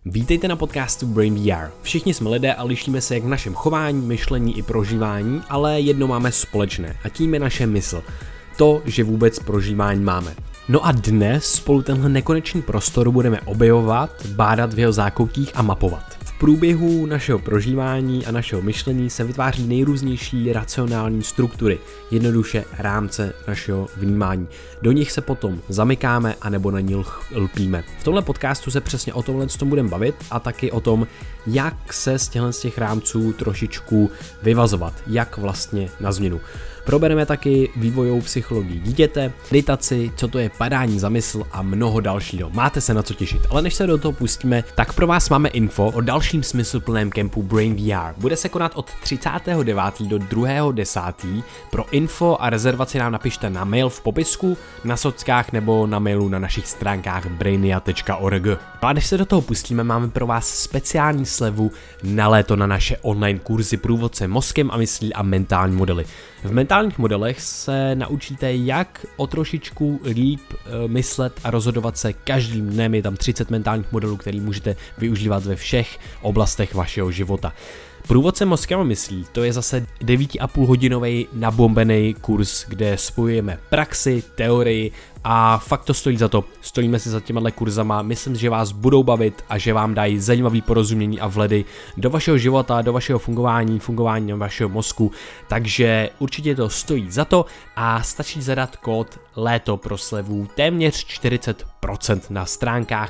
Vítejte na podcastu Brain VR. Všichni jsme lidé a lišíme se jak v našem chování, myšlení i prožívání, ale jedno máme společné a tím je naše mysl. To, že vůbec prožívání máme. No a dnes spolu tenhle nekonečný prostor budeme objevovat, bádat v jeho zákoutích a mapovat. V průběhu našeho prožívání a našeho myšlení se vytváří nejrůznější racionální struktury, jednoduše rámce našeho vnímání. Do nich se potom zamykáme anebo na ní lpíme. V tomhle podcastu se přesně o tomhle budeme bavit a taky o tom, jak se z těch rámců trošičku vyvazovat, jak vlastně na změnu. Probereme taky vývojovou psychologii dítěte, meditaci, co to je padání za mysl a mnoho dalšího. Máte se na co těšit, ale než se do toho pustíme, tak pro vás máme info o dalším smysluplném kempu Brain VR. Bude se konat od 39. do 2.10. Pro info a rezervaci nám napište na mail v popisku, na sockách nebo na mailu na našich stránkách brainia.org. A než se do toho pustíme, máme pro vás speciální slevu na léto na naše online kurzy Průvodce mozkem a myslí a mentální modely. V mentálních modelech se naučíte, jak o trošičku líp myslet a rozhodovat se každým dnem. Je tam 30 mentálních modelů, který můžete využívat ve všech oblastech vašeho života. Průvodce mozkem a myslí, to je zase 9,5 hodinový nabombený kurz, kde spojujeme praxi, teorii a fakt to stojí za to. Stojíme si za těma kurzama, myslím, že vás budou bavit a že vám dají zajímavý porozumění a vhledy do vašeho života, do vašeho fungování vašeho mozku, takže určitě to stojí za to a stačí zadat kód léto pro slevu téměř 40% na stránkách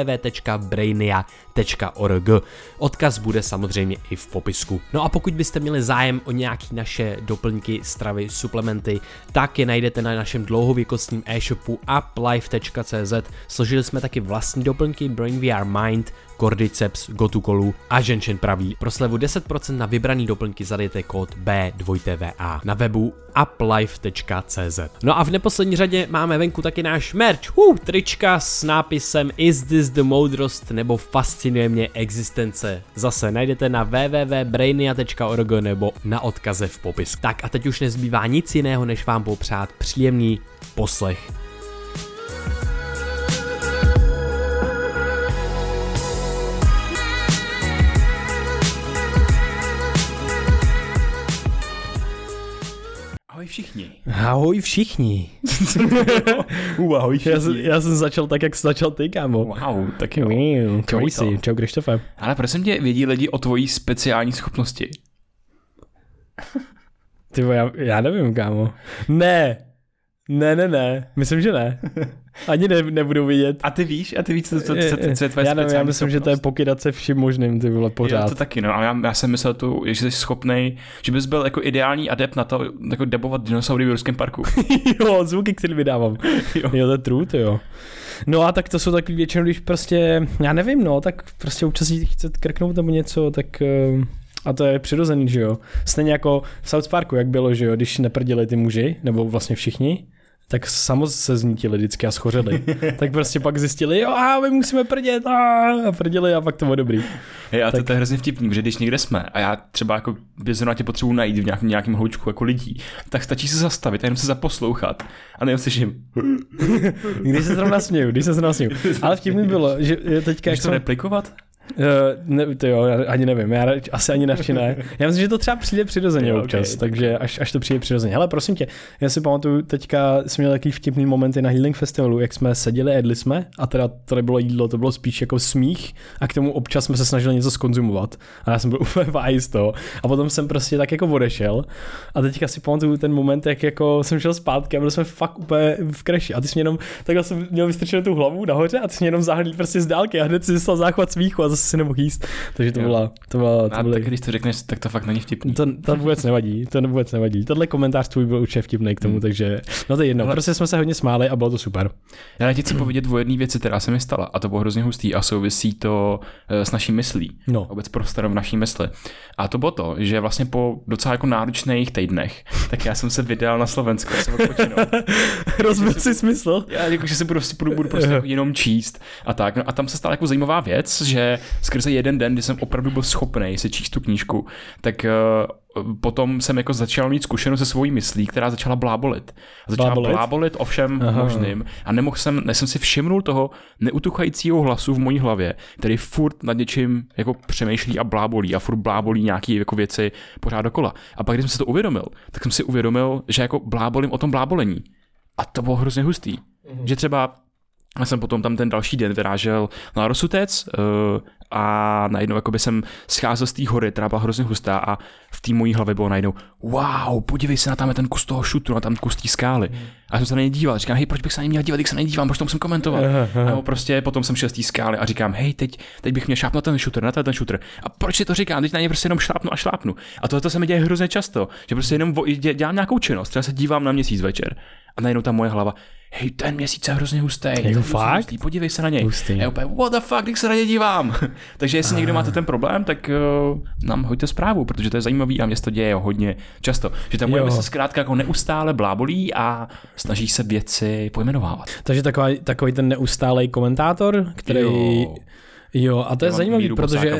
www.brainia.org. Odkaz bude samozřejmě i v popisku. No a pokud byste měli zájem o nějaké naše doplňky, stravy, suplementy, tak je najdete na našem dlouhověkostním e-shopu uplife.cz. Složili jsme taky vlastní doplňky Brain VR Mind, Cordyceps, Gotukolu a Ženšen Pravý. Pro slevu 10% na vybraný doplňky zadejte kód B2TVA na webu uplife.cz. No a v neposlední řadě máme venku taky náš merch, trička s nápisem Is this the moudrost nebo Fascinuje mě existence. Zase najdete na www.brainia.org nebo na odkaze v popisku. Tak a teď už nezbývá nic jiného, než vám popřát příjemný poslech. Ahoj všichni. Ahoj všichni. Ahoj všichni. Já jsem začal tak, jak jsi začal ty, kámo. Wow, tak jo. Čau si, čau Krištofe. Ale prosím tě, vědí lidi o tvojí speciální schopnosti? Ty já nevím, kámo. Ne, myslím, že ne. Ani nebudou vidět. A ty víš, co je tvoje speciální Já nevím, já myslím, že to je pokydat se vším možným, ty vole, pořád. Jo, to taky, no, ale já jsem myslel že jsi schopnej, že bys byl jako ideální adept na to, jako dabovat dinosaury v Jurském parku. Jo, zvuky, které vydávám. Jo, to je true, to jo. No a tak to jsou takový většinou, když prostě, já nevím, no, tak prostě občas jí chce krknout nebo něco, tak... A to je přirozený, že jo. Stejně jako v South Parku, jak bylo, že jo, když neprdili ty muži, nebo vlastně všichni, tak samozřejmě se znítili vždycky a schořeli. Tak prostě pak zjistili, jo, my musíme prdět, a prdili a pak to bylo dobrý. Hej, a tak... to je hrozně vtipný, protože když někde jsme a já třeba jako zrovna tě potřebuji najít v nějakém hloučku jako lidí, tak stačí se zastavit a jenom se zaposlouchat a neuslyším. Když se zrovna směju. Ale vtipný bylo, že teďka... Můžeš to replikovat? To jo, ani nevím, já asi ani radši ne. Já myslím, že to třeba přijde přirozeně občas, takže až to přijde přirozeně. Hele, prosím tě, já si pamatuju, teďka jsme měli takový vtipný momenty na Healing Festivalu, jak jsme seděli, jedli jsme a teda to nebylo jídlo, to bylo spíš jako smích a k tomu občas jsme se snažili něco zkonzumovat a já jsem byl úplně váj z toho a potom jsem prostě tak jako odešel a teďka si pamatuju ten moment, jak jako jsem šel zpátky a byli jsme fakt úplně v kreši a ty jsi mě jenom, takhle jsem měl vystrčenou tu hlavu nahoře a ty jsi mě jenom zahlídl prostě z dálky a hned si dostal záchvat smíchu a zase si nemohl jíst, takže to bylo. Tak když to řekneš, tak to fakt není vtipný. To vůbec nevadí. Tenhle komentář tvůj byl určitě vtipný k tomu, takže no to je jedno. Prostě jsme se hodně smáli a bylo to super. Já ti chci povědět o jedné věci, která se mi stala a to bylo hrozně hustý a souvisí to s naší myslí. No. Vůbec prostorem v naší mysli. A to bylo to, že vlastně po docela jako náročných týdnech, tak já jsem se vydal na Slovensko, jsem odpočinul. Rozbil si smysl? Já jakože se budu prostě jenom číst a tak. No a tam se stala jako zajímavá věc, že skrze jeden den, kdy jsem opravdu byl schopný si číst tu knížku, tak potom jsem jako začal mít zkušenost se svojí myslí, která začala blábolit. Začala blábolit o všem možným a nejsem si všimnul toho neutuchajícího hlasu v mojí hlavě, který furt nad něčím jako přemýšlí a blábolí a furt blábolí nějaký jako věci pořád dokola. A pak, když jsem si to uvědomil, tak jsem si uvědomil, že jako blábolím o tom blábolení. A to bylo hrozně hustý. Že třeba já jsem potom tam ten další den vyrážel na Rosutec a najednou jakoby jsem scházel z té hory, která byla hrozně hustá a v té mojí hlavě bylo najednou wow, podívej se na tam ten kus toho šutru, na tam kus té skály. A já jsem se na něj díval, říkám, hej, proč bych se na něj měl dívat, když se na něj dívám, proč to musím komentovat. A prostě potom jsem šel z té skály a říkám, hej, teď bych měl šlápnout ten šutr, na ten šutr. A proč si to říkám, teď na něj prostě jenom šlápnu. A tohle se mi děje hrozně často, že prostě jenom dělám nějakou činnost, třeba se dívám na měsíc večer a najednou ta moje hlava, hej, ten měsíc je hrozně hustý. Jako fakt? Hustý, podívej se na něj. Já úplně, what the fuck, když se na něj dívám. Takže jestli někdo máte ten problém, tak nám hoďte zprávu, protože to je zajímavý a mě se to děje hodně často. Že ta moje mysl zkrátka jako neustále blábolí a snaží se věci pojmenovávat. Takže takový ten neustálej komentátor, který... Jo, a to je zajímavý, protože...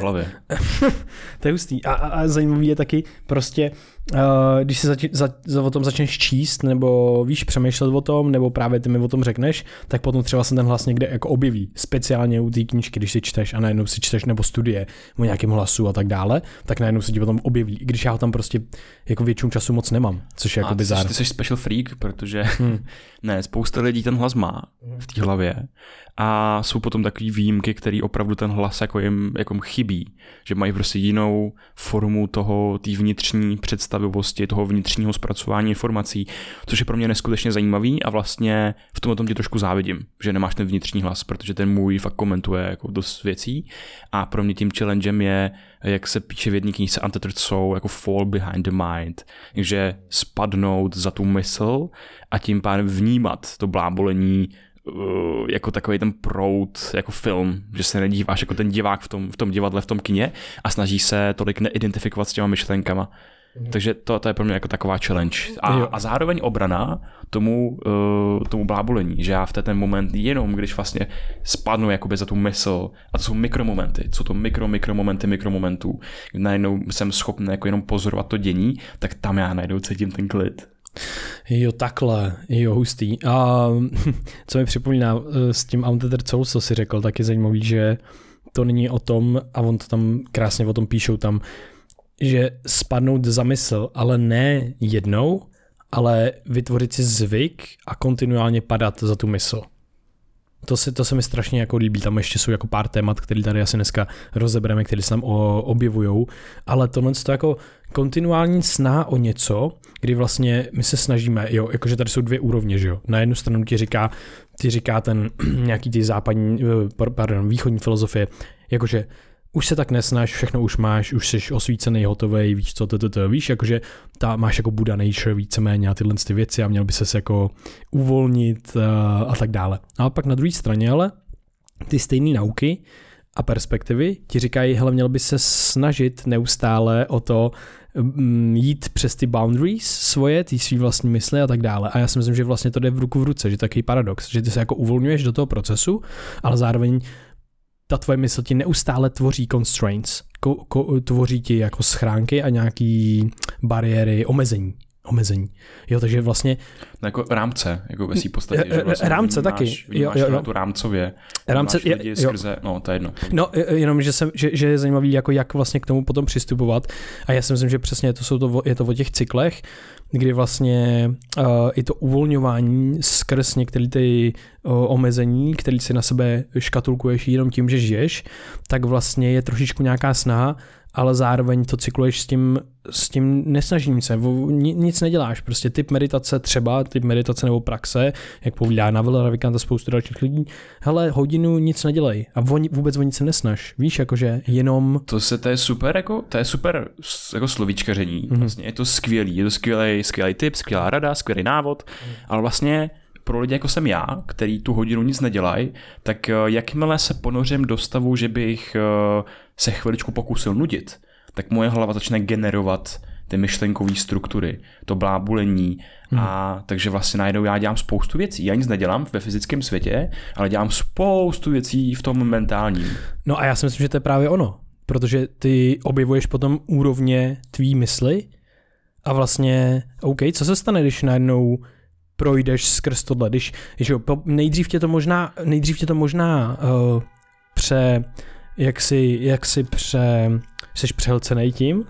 To je hustý. A zajímavý je taky prostě, když si o tom začneš číst, nebo víš, přemýšlet o tom, nebo právě ty mi o tom řekneš, tak potom třeba se ten hlas někde jako objeví. Speciálně u té knížky, když si čteš a najednou si čteš nebo studie o nějakém hlasu a tak dále, tak najednou se ti potom objeví. I když já ho tam prostě jako většinu času moc nemám, což je jako bizár. Ty jsi special freak, protože ne, spousta lidí ten hlas má v té hlavě a jsou potom takový výjimky, který opravdu ten hlas jako jim chybí, že mají prostě jinou formu té vnitřní představivosti, toho vnitřního zpracování informací, což je pro mě neskutečně zajímavý a vlastně v tom tě trošku závidím, že nemáš ten vnitřní hlas, protože ten můj fakt komentuje jako dost věcí a pro mě tím challengem je, jak se píše v jedné knížce Untethered Soul, jako fall behind the mind, takže spadnout za tu mysl a tím pádem vnímat to blábolení jako takový ten proud, jako film, že se nedíváš jako ten divák v tom divadle, v tom kině a snaží se tolik neidentifikovat s těma myšlenkama. Takže to je pro mě jako taková challenge. A zároveň obrana tomu blábolení, že já v ten moment jenom, když vlastně spadnu jakoby za tu mysl, a to jsou mikromomenty, co to mikromomentů, najednou jsem schopný jako jenom pozorovat to dění, tak tam já najednou cítím ten klid. Jo, takhle, jo, hustý. A co mi připomíná s tím Untethered Soul, co jsi řekl, tak je zajímavý, že to není o tom, a on to tam krásně o tom píšou tam, že spadnout za mysl, ale ne jednou, ale vytvořit si zvyk a kontinuálně padat za tu mysl. To se mi strašně jako líbí, tam ještě jsou jako pár témat, které tady asi dneska rozebereme, které se tam objevujou, ale tohle to jako kontinuální snaha o něco, kdy vlastně my se snažíme, jo, jakože tady jsou dvě úrovně, že jo. Na jednu stranu ti říká ten nějaký ty východní filozofie, jakože už se tak nesnaž, všechno už máš, už jsi osvícený, hotovej, víš co, víš, jakože máš jako Buddha nature víceméně a tyhle ty věci a měl by ses jako uvolnit a tak dále. A pak na druhé straně ale ty stejné nauky a perspektivy ti říkají, hele, měl by se snažit neustále o to jít přes ty boundaries svoje, ty svý vlastní mysli a tak dále. A já si myslím, že vlastně to jde v ruku v ruce, že takový paradox, že ty se jako uvolňuješ do toho procesu, ale zároveň ta tvoje mysl ti neustále tvoří constraints, tvoří ti jako schránky a nějaký bariéry, omezení. Jo, takže vlastně... No jako rámce, jako ve svý podstatě, že vlastně rámce taky. Vnímáš tu rámcově, rámce, lidi skrze, no to je jedno. No, jenom, že je zajímavý, jako jak vlastně k tomu potom přistupovat a já si myslím, že přesně je to o těch cyklech, kdy vlastně i to uvolňování skrz některé ty omezení, které si na sebe škatulkuješ jenom tím, že žiješ, tak vlastně je trošičku nějaká snaha, ale zároveň to cykluješ s tím nesnažím se, nic neděláš, prostě typ meditace nebo praxe, jak povídá Naval Ravikant a spoustu dalších lidí, hele, hodinu nic nedělej a vůbec o nic se nesnaž, víš, jakože jenom... To je super jako slovíčkaření, vlastně je to skvělý tip, skvělá rada, skvělý návod, ale vlastně pro lidi jako jsem já, který tu hodinu nic nedělají, tak jakmile se ponořím do stavu, že bych se chviličku pokusil nudit, tak moje hlava začne generovat ty myšlenkové struktury, to blábolení a takže vlastně najednou já dělám spoustu věcí. Já nic nedělám ve fyzickém světě, ale dělám spoustu věcí v tom mentálním. No a já si myslím, že to je právě ono, protože ty objevuješ potom úrovně tvý mysli a vlastně, OK, co se stane, když najednou projdeš skrz tohle, když nejdřív tě to možná jsi přehlcenej tím,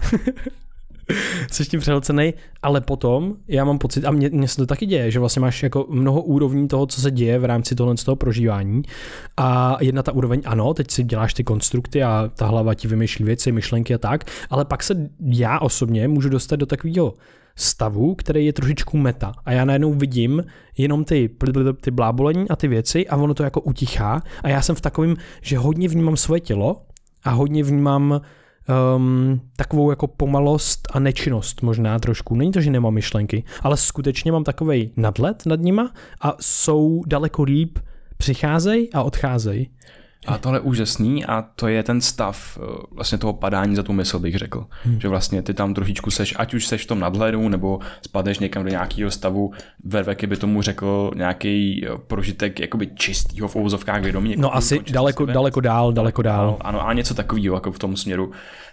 jsi tím přehlcenej, ale potom já mám pocit, a mně se to taky děje, že vlastně máš jako mnoho úrovní toho, co se děje v rámci tohle z toho prožívání a jedna ta úroveň, ano, teď si děláš ty konstrukty a ta hlava ti vymýšlí věci, myšlenky a tak, ale pak se já osobně můžu dostat do takového stavu, který je trošičku meta a já najednou vidím jenom ty blábolení a ty věci a ono to jako utichá a já jsem v takovém, že hodně vnímám svoje tělo a hodně vnímám takovou jako pomalost a nečinnost možná trošku. Není to, že nemám myšlenky, ale skutečně mám takovej nadhled nad nima a jsou daleko líp přicházejí a odcházejí. A tohle je úžasný a to je ten stav vlastně toho padání za tu mysl, bych řekl. Že vlastně ty tam trošičku seš, ať už seš v tom nadhledu, nebo spadneš někam do nějakého stavu, Verveky by tomu řekl nějaký prožitek jakoby čistýho v uvozovkách vědomí. No asi daleko dál. Ano, a něco takového jako v tom směru.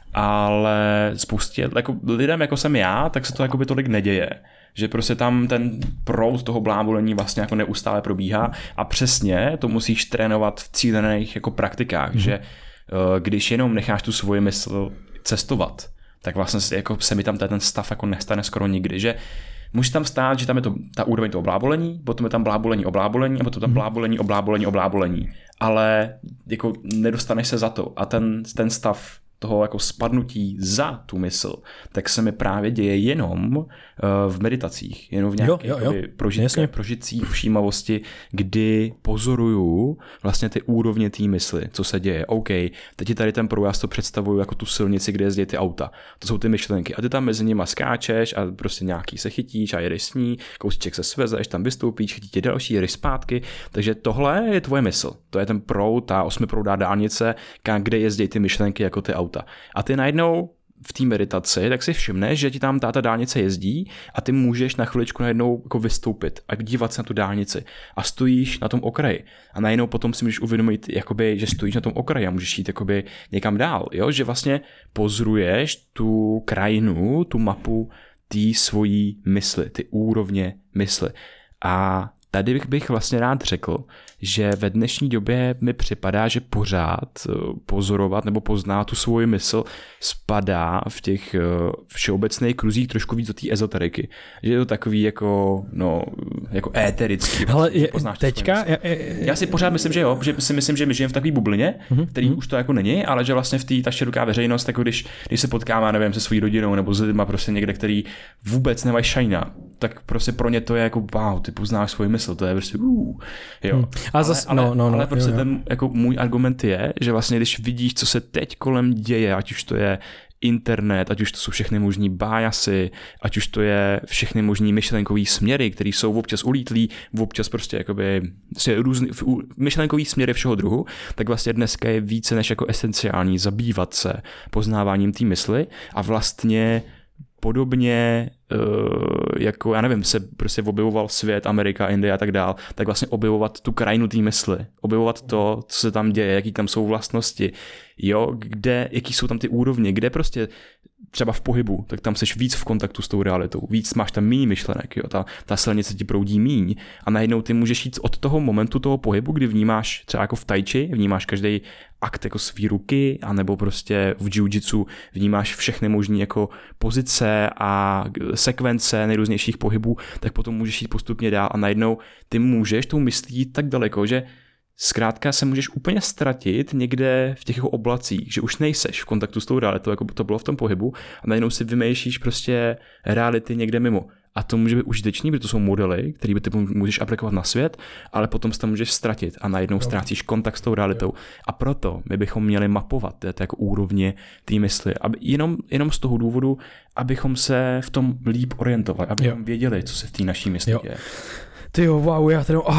Ale spoustě jako lidem, jako jsem já, tak se to jakoby tolik neděje. Že prostě tam ten proud toho blábolení vlastně jako neustále probíhá a přesně to musíš trénovat v cílených jako praktikách, že když jenom necháš tu svoji mysl cestovat, tak vlastně jako se mi tam ten stav jako nestane skoro nikdy, že může tam stát, že tam je to ta úroveň toho blábolení, potom je tam blábolení o blábolení a potom tam blábolení o blábolení, ale jako nedostaneš se za to a ten stav toho jako spadnutí za tu mysl, tak se mi právě děje jenom v meditacích, jenom v nějakých prožitcích všímavosti, kdy pozoruju vlastně ty úrovně té mysli, co se děje. OK, teď je tady ten průjazd, to představuju jako tu silnici, kde jezdí ty auta. To jsou ty myšlenky. A ty tam mezi nimi skáčeš a prostě nějaký se chytíš a jedeš s ní, kousíček se svezeš, tam vystoupíš, chytí tě další, jedeš zpátky. Takže tohle je tvoje mysl. To je ten proud, ta 8proudá dálnice, kde jezdí ty myšlenky jako ty auta. A ty najednou v té meditaci, tak si všimneš, že ti tam ta dálnice jezdí a ty můžeš na chviličku najednou jako vystoupit a dívat se na tu dálnici a stojíš na tom okraji a najednou potom si můžeš uvědomit, jakoby, že stojíš na tom okraji a můžeš jít jakoby někam dál, jo? Že vlastně pozoruješ tu krajinu, tu mapu té svojí mysli, ty úrovně mysli. A tady bych vlastně rád řekl, že ve dnešní době mi připadá, že pořád pozorovat nebo poznat tu svoji mysl spadá v těch všeobecných kruzích trošku víc do té ezoteriky. Že je to takový jako éterický. Ale teďka... Já si pořád myslím, že jo, že si myslím, že my žijeme v takové bublině, který už to jako není, ale že vlastně v ta široká veřejnost, jako když se potkáme, nevím, se svojí rodinou nebo s lidma prostě někde, který vůbec nemají šajna, tak prostě pro ně to je jako wow, ty poznáš svoji mysl, to je prostě jo. Ale prostě ten jako můj argument je, že vlastně když vidíš, co se teď kolem děje, ať už to je internet, ať už to jsou všechny možný biasy, ať už to je všechny možný myšlenkový směry, které jsou občas ulítlí, občas prostě jakoby různý myšlenkový směry všeho druhu, tak vlastně dneska je více než jako esenciální zabývat se poznáváním té mysli a vlastně podobně jako, já nevím, se prostě objevoval svět, Amerika, Indie a tak dál, tak vlastně objevovat tu krajinu té mysli, objevovat to, co se tam děje, jaký tam jsou vlastnosti, jo, jaký jsou tam ty úrovně, kde prostě třeba v pohybu, tak tam seš víc v kontaktu s tou realitou, víc máš tam méně myšlenek, jo, ta silnice ti proudí míň a najednou ty můžeš jít od toho momentu toho pohybu, kdy vnímáš třeba jako v tai chi, vnímáš každý akt jako svý ruky, anebo prostě v jiu-jitsu vnímáš všechny možné jako pozice a sekvence nejrůznějších pohybů, tak potom můžeš jít postupně dál a najednou ty můžeš tou myslí tak daleko, že zkrátka se můžeš úplně ztratit někde v těch jako oblacích, že už nejseš v kontaktu s tou realitou, jako to bylo v tom pohybu a najednou si vymýšlíš prostě reality někde mimo. A to může být užitečný, protože to jsou modely, které by ty můžeš aplikovat na svět, ale potom se tam můžeš ztratit a najednou ztrácíš kontakt s tou realitou. A proto my bychom měli mapovat to jako úrovně té mysli. Jenom z toho důvodu, abychom se v tom líp orientovali, abychom věděli, co se v té naší mysli děje. Ty jo, wow, já teda,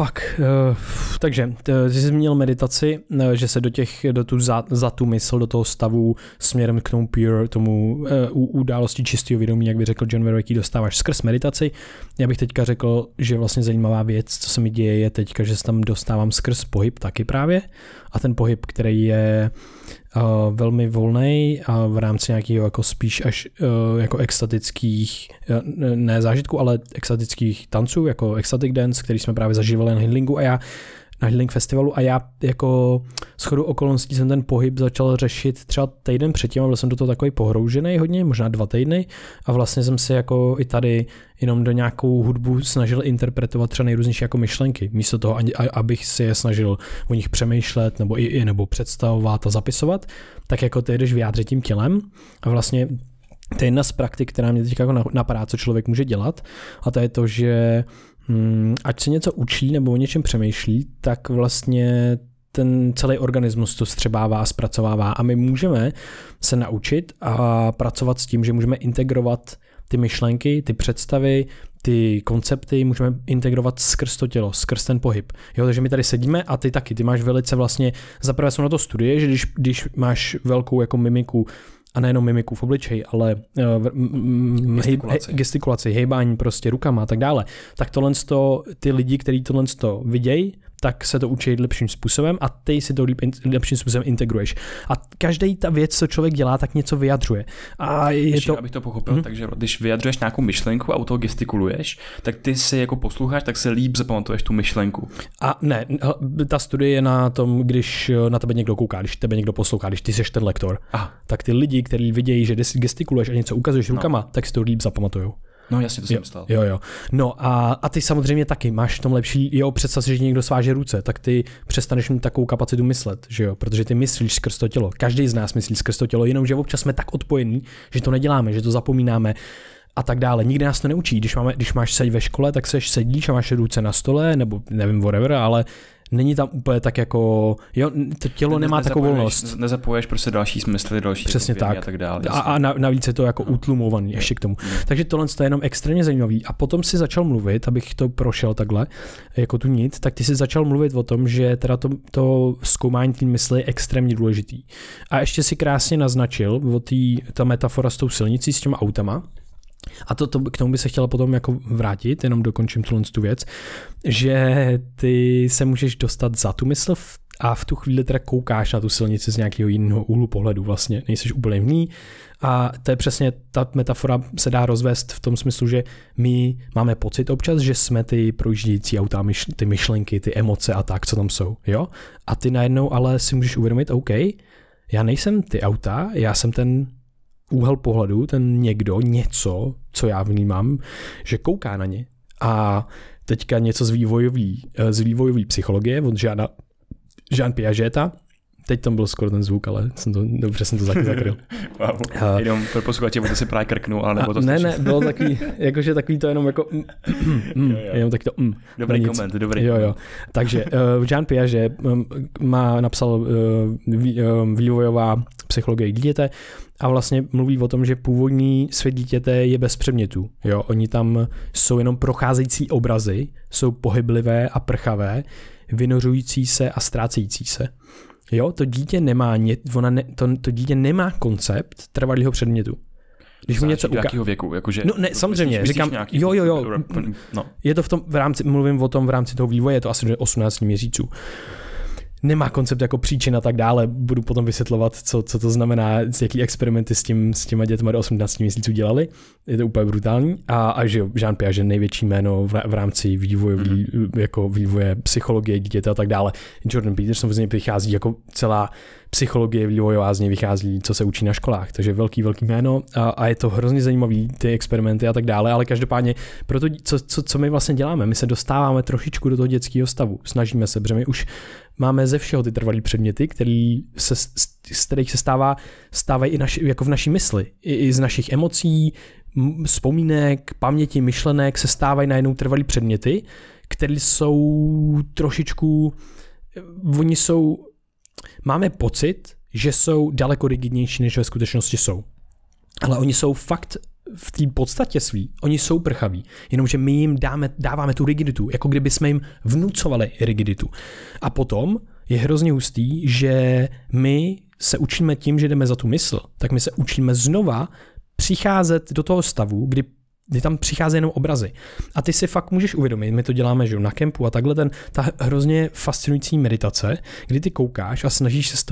takže ty jsi zmínil meditaci, že se za tu mysl, do toho stavu směrem k tomu pure, tomu události čistého vědomí, jak by řekl John Vervaeke, dostáváš skrz meditaci. Já bych teďka řekl, že vlastně zajímavá věc, co se mi děje, je teďka, že se tam dostávám skrz pohyb taky právě. A ten pohyb, který je velmi volnej a v rámci nějakého jako spíš až jako extatických, ne zážitků, ale extatických tanců, jako ecstatic dance, který jsme právě zažívali na Healing festivalu a já jako shodou okolností jsem ten pohyb začal řešit třeba týden předtím a byl jsem do toho takový pohroužený hodně, možná 2 týdny a vlastně jsem si jako i tady jenom do nějakou hudbu snažil interpretovat třeba nejrůznější jako myšlenky, místo toho, abych si je snažil o nich přemýšlet nebo představovat a zapisovat, tak jako ty jdeš vyjádřit tím tělem a vlastně to je jedna z praktik, která mě teď jako napadá, co člověk může dělat a to je to, že ať se něco učí nebo o něčem přemýšlí, tak vlastně ten celý organismus to střebává a zpracovává a my můžeme se naučit a pracovat s tím, že můžeme integrovat ty myšlenky, ty představy, ty koncepty můžeme integrovat skrz to tělo, skrz ten pohyb. Jo, takže my tady sedíme a ty taky, ty máš velice vlastně, zaprvé jsou na to studie, že když máš velkou jako mimiku a nejenom mimiku v obličeji, ale gestikulaci, hejbání prostě rukama a tak dále, tak ty lidi, kteří tohle vidějí, tak se to učí lepším způsobem a ty si to lepším způsobem integruješ. A každý ta věc, co člověk dělá, tak něco vyjadřuje. A abych to pochopil, takže když vyjadřuješ nějakou myšlenku a u toho gestikuluješ, tak ty si jako posloucháš, tak se líp zapamatuješ tu myšlenku. A ne, ta studie je na tom, když na tebe někdo kouká, když tebe někdo poslouchá, když ty jsi ten lektor, tak ty lidi, kteří vidějí, že gestikuluješ a něco ukazuješ rukama, tak si to líp zapamatujou. No jasně, to jsem myslel. Jo. No a ty samozřejmě taky máš v tom lepší, představ si, že někdo sváže ruce, tak ty přestaneš mít takovou kapacitu myslet, že jo, protože ty myslíš skrz to tělo. Každý z nás myslí skrz to tělo, jenomže občas jsme tak odpojení, že to neděláme, že to zapomínáme a tak dále. Nikdy nás to neučí. Když máš sedět ve škole, tak sedíš a máš ruce na stole, nebo nevím, whatever, ale není tam úplně tak jako, to tělo nemá takovou volnost. Nezapoješ prostě další smysly, další přesně tak. A tak dále. A navíc je to jako utlumovaný ještě k tomu. Takže tohle je jenom extrémně zajímavý. A potom si začal mluvit, abych to prošel takhle, jako tu nit, tak ty si začal mluvit o tom, že teda to zkoumání té mysli je extrémně důležitý. A ještě si krásně naznačil ta metafora s tou silnicí, s těma autama. A k tomu by se chtěla potom jako vrátit, jenom dokončím tu věc, že ty se můžeš dostat za tu mysl a v tu chvíli teda koukáš na tu silnici z nějakého jiného úhlu pohledu vlastně, nejseš úplně v ní a to je přesně, ta metafora se dá rozvést v tom smyslu, že my máme pocit občas, že jsme ty projíždějící auta, ty myšlenky, ty emoce a tak, co tam jsou, jo? A ty najednou ale si můžeš uvědomit, OK, já nejsem ty auta, já jsem ten úhel pohledu, ten někdo, něco, co já vnímám, že kouká na ně. A teďka něco z vývojové psychologie od Jean Piageta. Teď tam byl skoro ten zvuk, ale dobře jsem to zakryl. Wow. Jenom pro posluchače, bo to si právě krknul, ale nebo to Ne, bylo takový, jakože takový to jenom jako jenom taky to Dobrý koment, dobrý. Jo. Takže Jean Piaget napsal vývojová psychologie dítěte a vlastně mluví o tom, že původní svět dítěte je bez předmětů. Jo, oni tam jsou jenom procházející obrazy, jsou pohyblivé a prchavé, vynořující se a ztrácející se. Jo, to dítě nemá koncept trvalého předmětu. Když mu něco jakého věku, jakože no ne, samozřejmě, říkám, jo. No. Je to mluvím o tom v rámci toho vývoje, je to asi 18 měsíců. Nemá koncept jako příčin a tak dále, budu potom vysvětlovat, co to znamená, jaký experimenty s těma dětma do 18 měsíců dělali, je to úplně brutální a že Jean Piaget největší jméno v rámci vývoje psychologie dítěte a tak dále. Jordan Peterson z něj vychází jako celá psychologie vývojová, z něj vychází, co se učí na školách, takže velký jméno a je to hrozně zajímavý, ty experimenty a tak dále, ale každopádně proto, co my vlastně děláme, my se dostáváme trošičku do toho dětského stavu, snažíme se, protože my už máme ze všeho ty trvalý předměty, z kterých se stávají i jako v naší mysli. I z našich emocí, vzpomínek, paměti, myšlenek se stávají najednou trvalý předměty, které jsou trošičku, máme pocit, že jsou daleko rigidnější, než ve skutečnosti jsou. Ale oni jsou fakt v té podstatě svý, oni jsou prchaví, jenomže my jim dáváme tu rigiditu, jako kdyby jsme jim vnucovali rigiditu. A potom je hrozně hustý, že my se učíme tím, že jdeme za tu mysl, tak my se učíme znova přicházet do toho stavu, kdy tam přicházejí jenom obrazy. A ty si fakt můžeš uvědomit, my to děláme že na kempu a takhle ta hrozně fascinující meditace, kdy ty koukáš a snažíš se z toho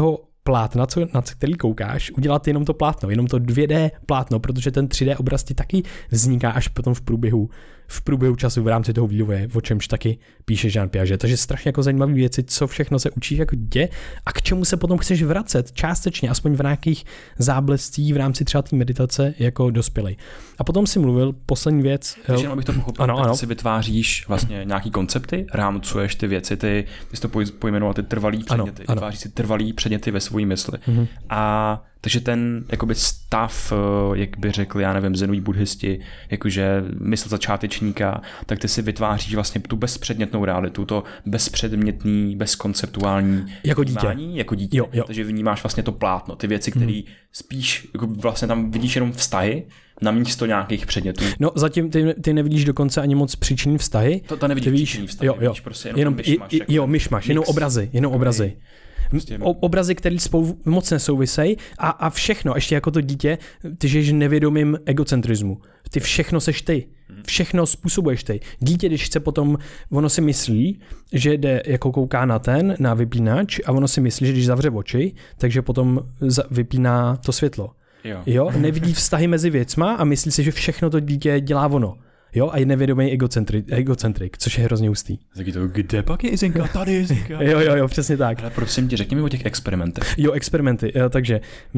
plátna, na který koukáš, udělat jenom to plátno, jenom to 2D plátno, protože ten 3D obraz ti taky vzniká až potom v průběhu času v rámci toho vývoje, o čemž taky píše Jean Piaget. Takže strašně jako zajímavé věci, co všechno se učíš jako dítě a k čemu se potom chceš vracet částečně, aspoň v nějakých záblescích v rámci třeba té meditace jako dospělej. A potom si mluvil ano, abych to pochopil, tak si vytváříš vlastně nějaký koncepty, rámcuješ ty věci, ty jsi to pojmenoval ty trvalý předměty, vytváříš si trvalý předměty ve svojí mysli. Mm-hmm. A takže ten jakoby stav, jak by řekli, já nevím, zenoví buddhisti, jakože mysl začátečníka, tak ty si vytváříš vlastně tu bezpředmětnou realitu, to bezpředmětný, bezkonceptuální jako dítě. Vnímání, jako dítě. Jo. Takže vnímáš vlastně to plátno, ty věci, které spíš jako vlastně tam vidíš jenom vztahy na místo nějakých předmětů. No zatím ty nevidíš dokonce ani moc příčinný vztahy. To nevidíš příčinný vztahy, vidíš prostě jenom myšmaš. Jenom obrazy. Prostě obrazy, které spolu moc nesouvisejí a všechno, ještě jako to dítě, ty žiješ nevědomým egocentrismu. Ty všechno seš ty. Všechno způsobuješ ty. Dítě, když chce potom, ono si myslí, že jde, jako kouká na vypínač a ono si myslí, že když zavře oči, takže potom vypíná to světlo. Jo? Nevidí vztahy mezi věcma a myslí si, že všechno to dítě dělá ono. Jo, a je nevědomý egocentrik, což je hrozně hustý. Taky to, kde pak je Izenka? Tady je Izenka. Jo, přesně tak. Ale prosím tě, řekni mi o těch experimentech. Jo, experimenty. Takže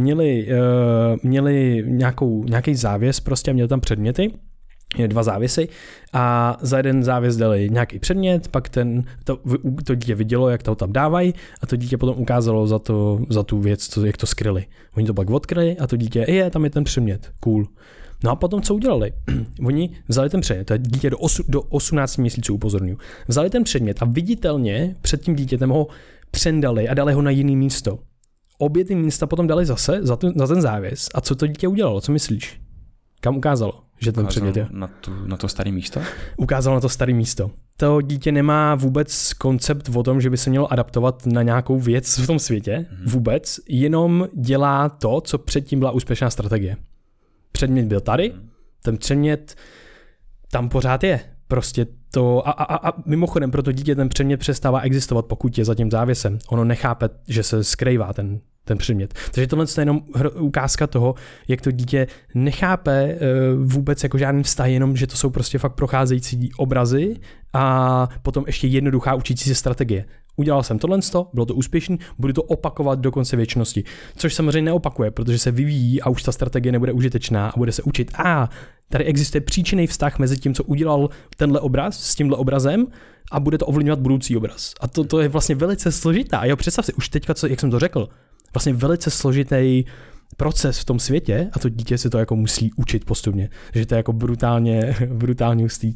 měli nějaký závěs, prostě měli tam předměty, 2 závěsy a za jeden závěs dali nějaký předmět, pak to dítě vidělo, jak to tam dávají a to dítě potom ukázalo za tu věc, jak to skryli. Oni to pak odkryli a to dítě, tam je ten předmět, cool. No a potom co udělali? Oni vzali ten předmět, to je dítě do 18 měsíců upozorňuji. Vzali ten předmět a viditelně před tím dítětem ho přendali a dali ho na jiný místo. Obě ty místa potom dali zase za ten závěs. A co to dítě udělalo? Co myslíš? Kam ukázalo, že ten předmět je? Na to staré místo? Ukázalo na to staré místo. To dítě nemá vůbec koncept o tom, že by se mělo adaptovat na nějakou věc v tom světě. Vůbec. Jenom dělá to, co předtím byla úspěšná strategie. Předmět byl tady, ten předmět tam pořád je. Prostě to a mimochodem pro to dítě ten předmět přestává existovat, pokud je za tím závěsem. Ono nechápe, že se skrývá ten předmět. Takže tohle je jenom ukázka toho, jak to dítě nechápe vůbec jako žádný vztah, jenom že to jsou prostě fakt procházející obrazy a potom ještě jednoduchá učící se strategie. Udělal jsem tohle, bylo to úspěšný, budu to opakovat do konce věčnosti. Což samozřejmě neopakuje, protože se vyvíjí a už ta strategie nebude užitečná a bude se učit. Tady existuje příčinný vztah mezi tím, co udělal tenhle obraz s tímhle obrazem a bude to ovlivňovat budoucí obraz. A to je vlastně velice složitá. Jo, představ si, už teďka, jak jsem to řekl, vlastně velice složitý proces v tom světě a to dítě se to jako musí učit postupně. Že to je jako brutálně hustý,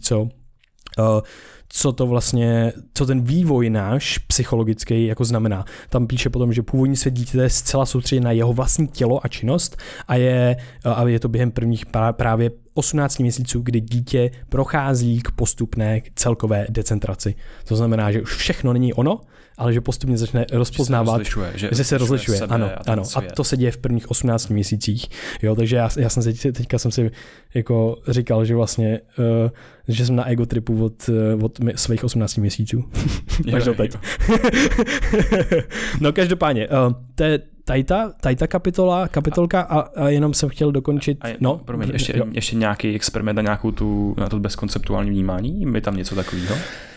co ten vývoj náš psychologický jako znamená. Tam píše potom, že původní svět dítěte je zcela soustředěn na jeho vlastní tělo a činnost a je to během prvních právě 18 měsíců, kdy dítě prochází k postupné celkové decentraci. To znamená, že už všechno není ono, ale že postupně začne rozpoznávat, že se rozlišuje. Ano. A to se děje v prvních 18 měsících. Jo, takže já jsem si teďka si jako říkal, že vlastně že jsem na ego tripu od svých 18 měsíců. Až do teď. No každopádně, tady ta kapitolka a jenom jsem chtěl dokončit. Promiň, ještě nějaký experiment na na to bezkonceptuální vnímání? Je tam něco takového?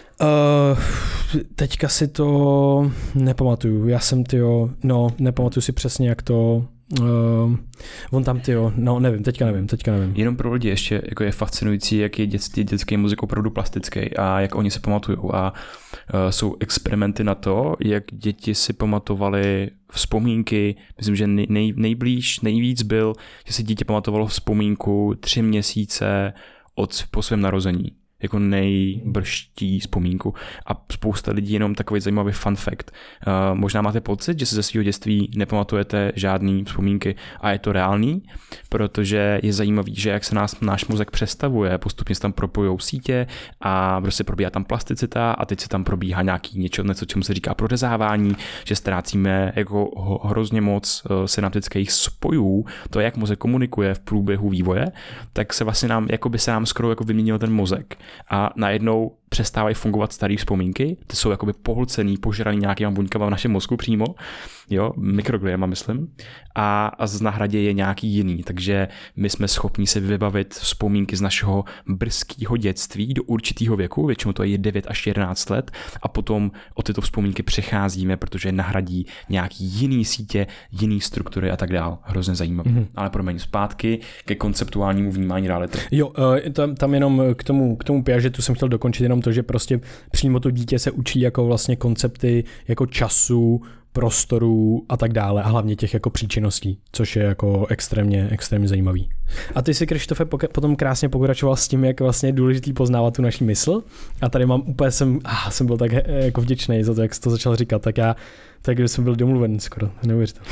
Teďka si to nepamatuju. Nepamatuju si přesně, jak to on tam nevím, teďka nevím. Jenom pro lidi ještě jako je fascinující, jak je dětský mozek opravdu plastický a jak oni se pamatujou a jsou experimenty na to, jak děti si pamatovali vzpomínky, myslím, že nejvíc byl, že si dítě pamatovalo vzpomínku 3 měsíce po svém narození. Jako nejbrští vzpomínku. A spousta lidí jenom takový zajímavý fun fact. Možná máte pocit, že se ze svého dětství nepamatujete žádný vzpomínky a je to reálný, protože je zajímavý, že jak se náš mozek přestavuje, postupně se tam propojou sítě a prostě probíhá tam plasticita a teď se tam probíhá něco, čemu se říká prořezávání, že ztrácíme jako hrozně moc synaptických spojů, to jak mozek komunikuje v průběhu vývoje, tak se vlastně se nám skoro jako vyměnil ten mozek. A najednou přestávají fungovat staré vzpomínky, ty jsou jakoby pohlcený, požraný nějakýma buňkama v našem mozku přímo, jo, mikrogliema myslím, a z nahradě je nějaký jiný, takže my jsme schopni si vybavit vzpomínky z našeho brzkého dětství do určitého věku, většinou to je 9 až 11 let a potom o tyto vzpomínky přecházíme, protože nahradí nějaký jiný sítě, jiný struktury a tak dál. Hrozně zajímavé. Ale promiň, zpátky ke konceptuálnímu vnímání reality. Jo, tam jenom k tomu Piagetu jsem chtěl dokončit jenom to, že prostě přímo to dítě se učí jako vlastně koncepty jako času, prostoru a tak dále a hlavně těch jako příčinností, což je jako extrémně zajímavý. A ty si, Krištofe, potom krásně pokračoval s tím, jak vlastně je důležitý poznávat tu naší mysl a tady mám úplně, jsem byl tak jako vděčný za to, jak jsi to začal říkat, tak jsem byl domluven skoro, neuvěřitelné.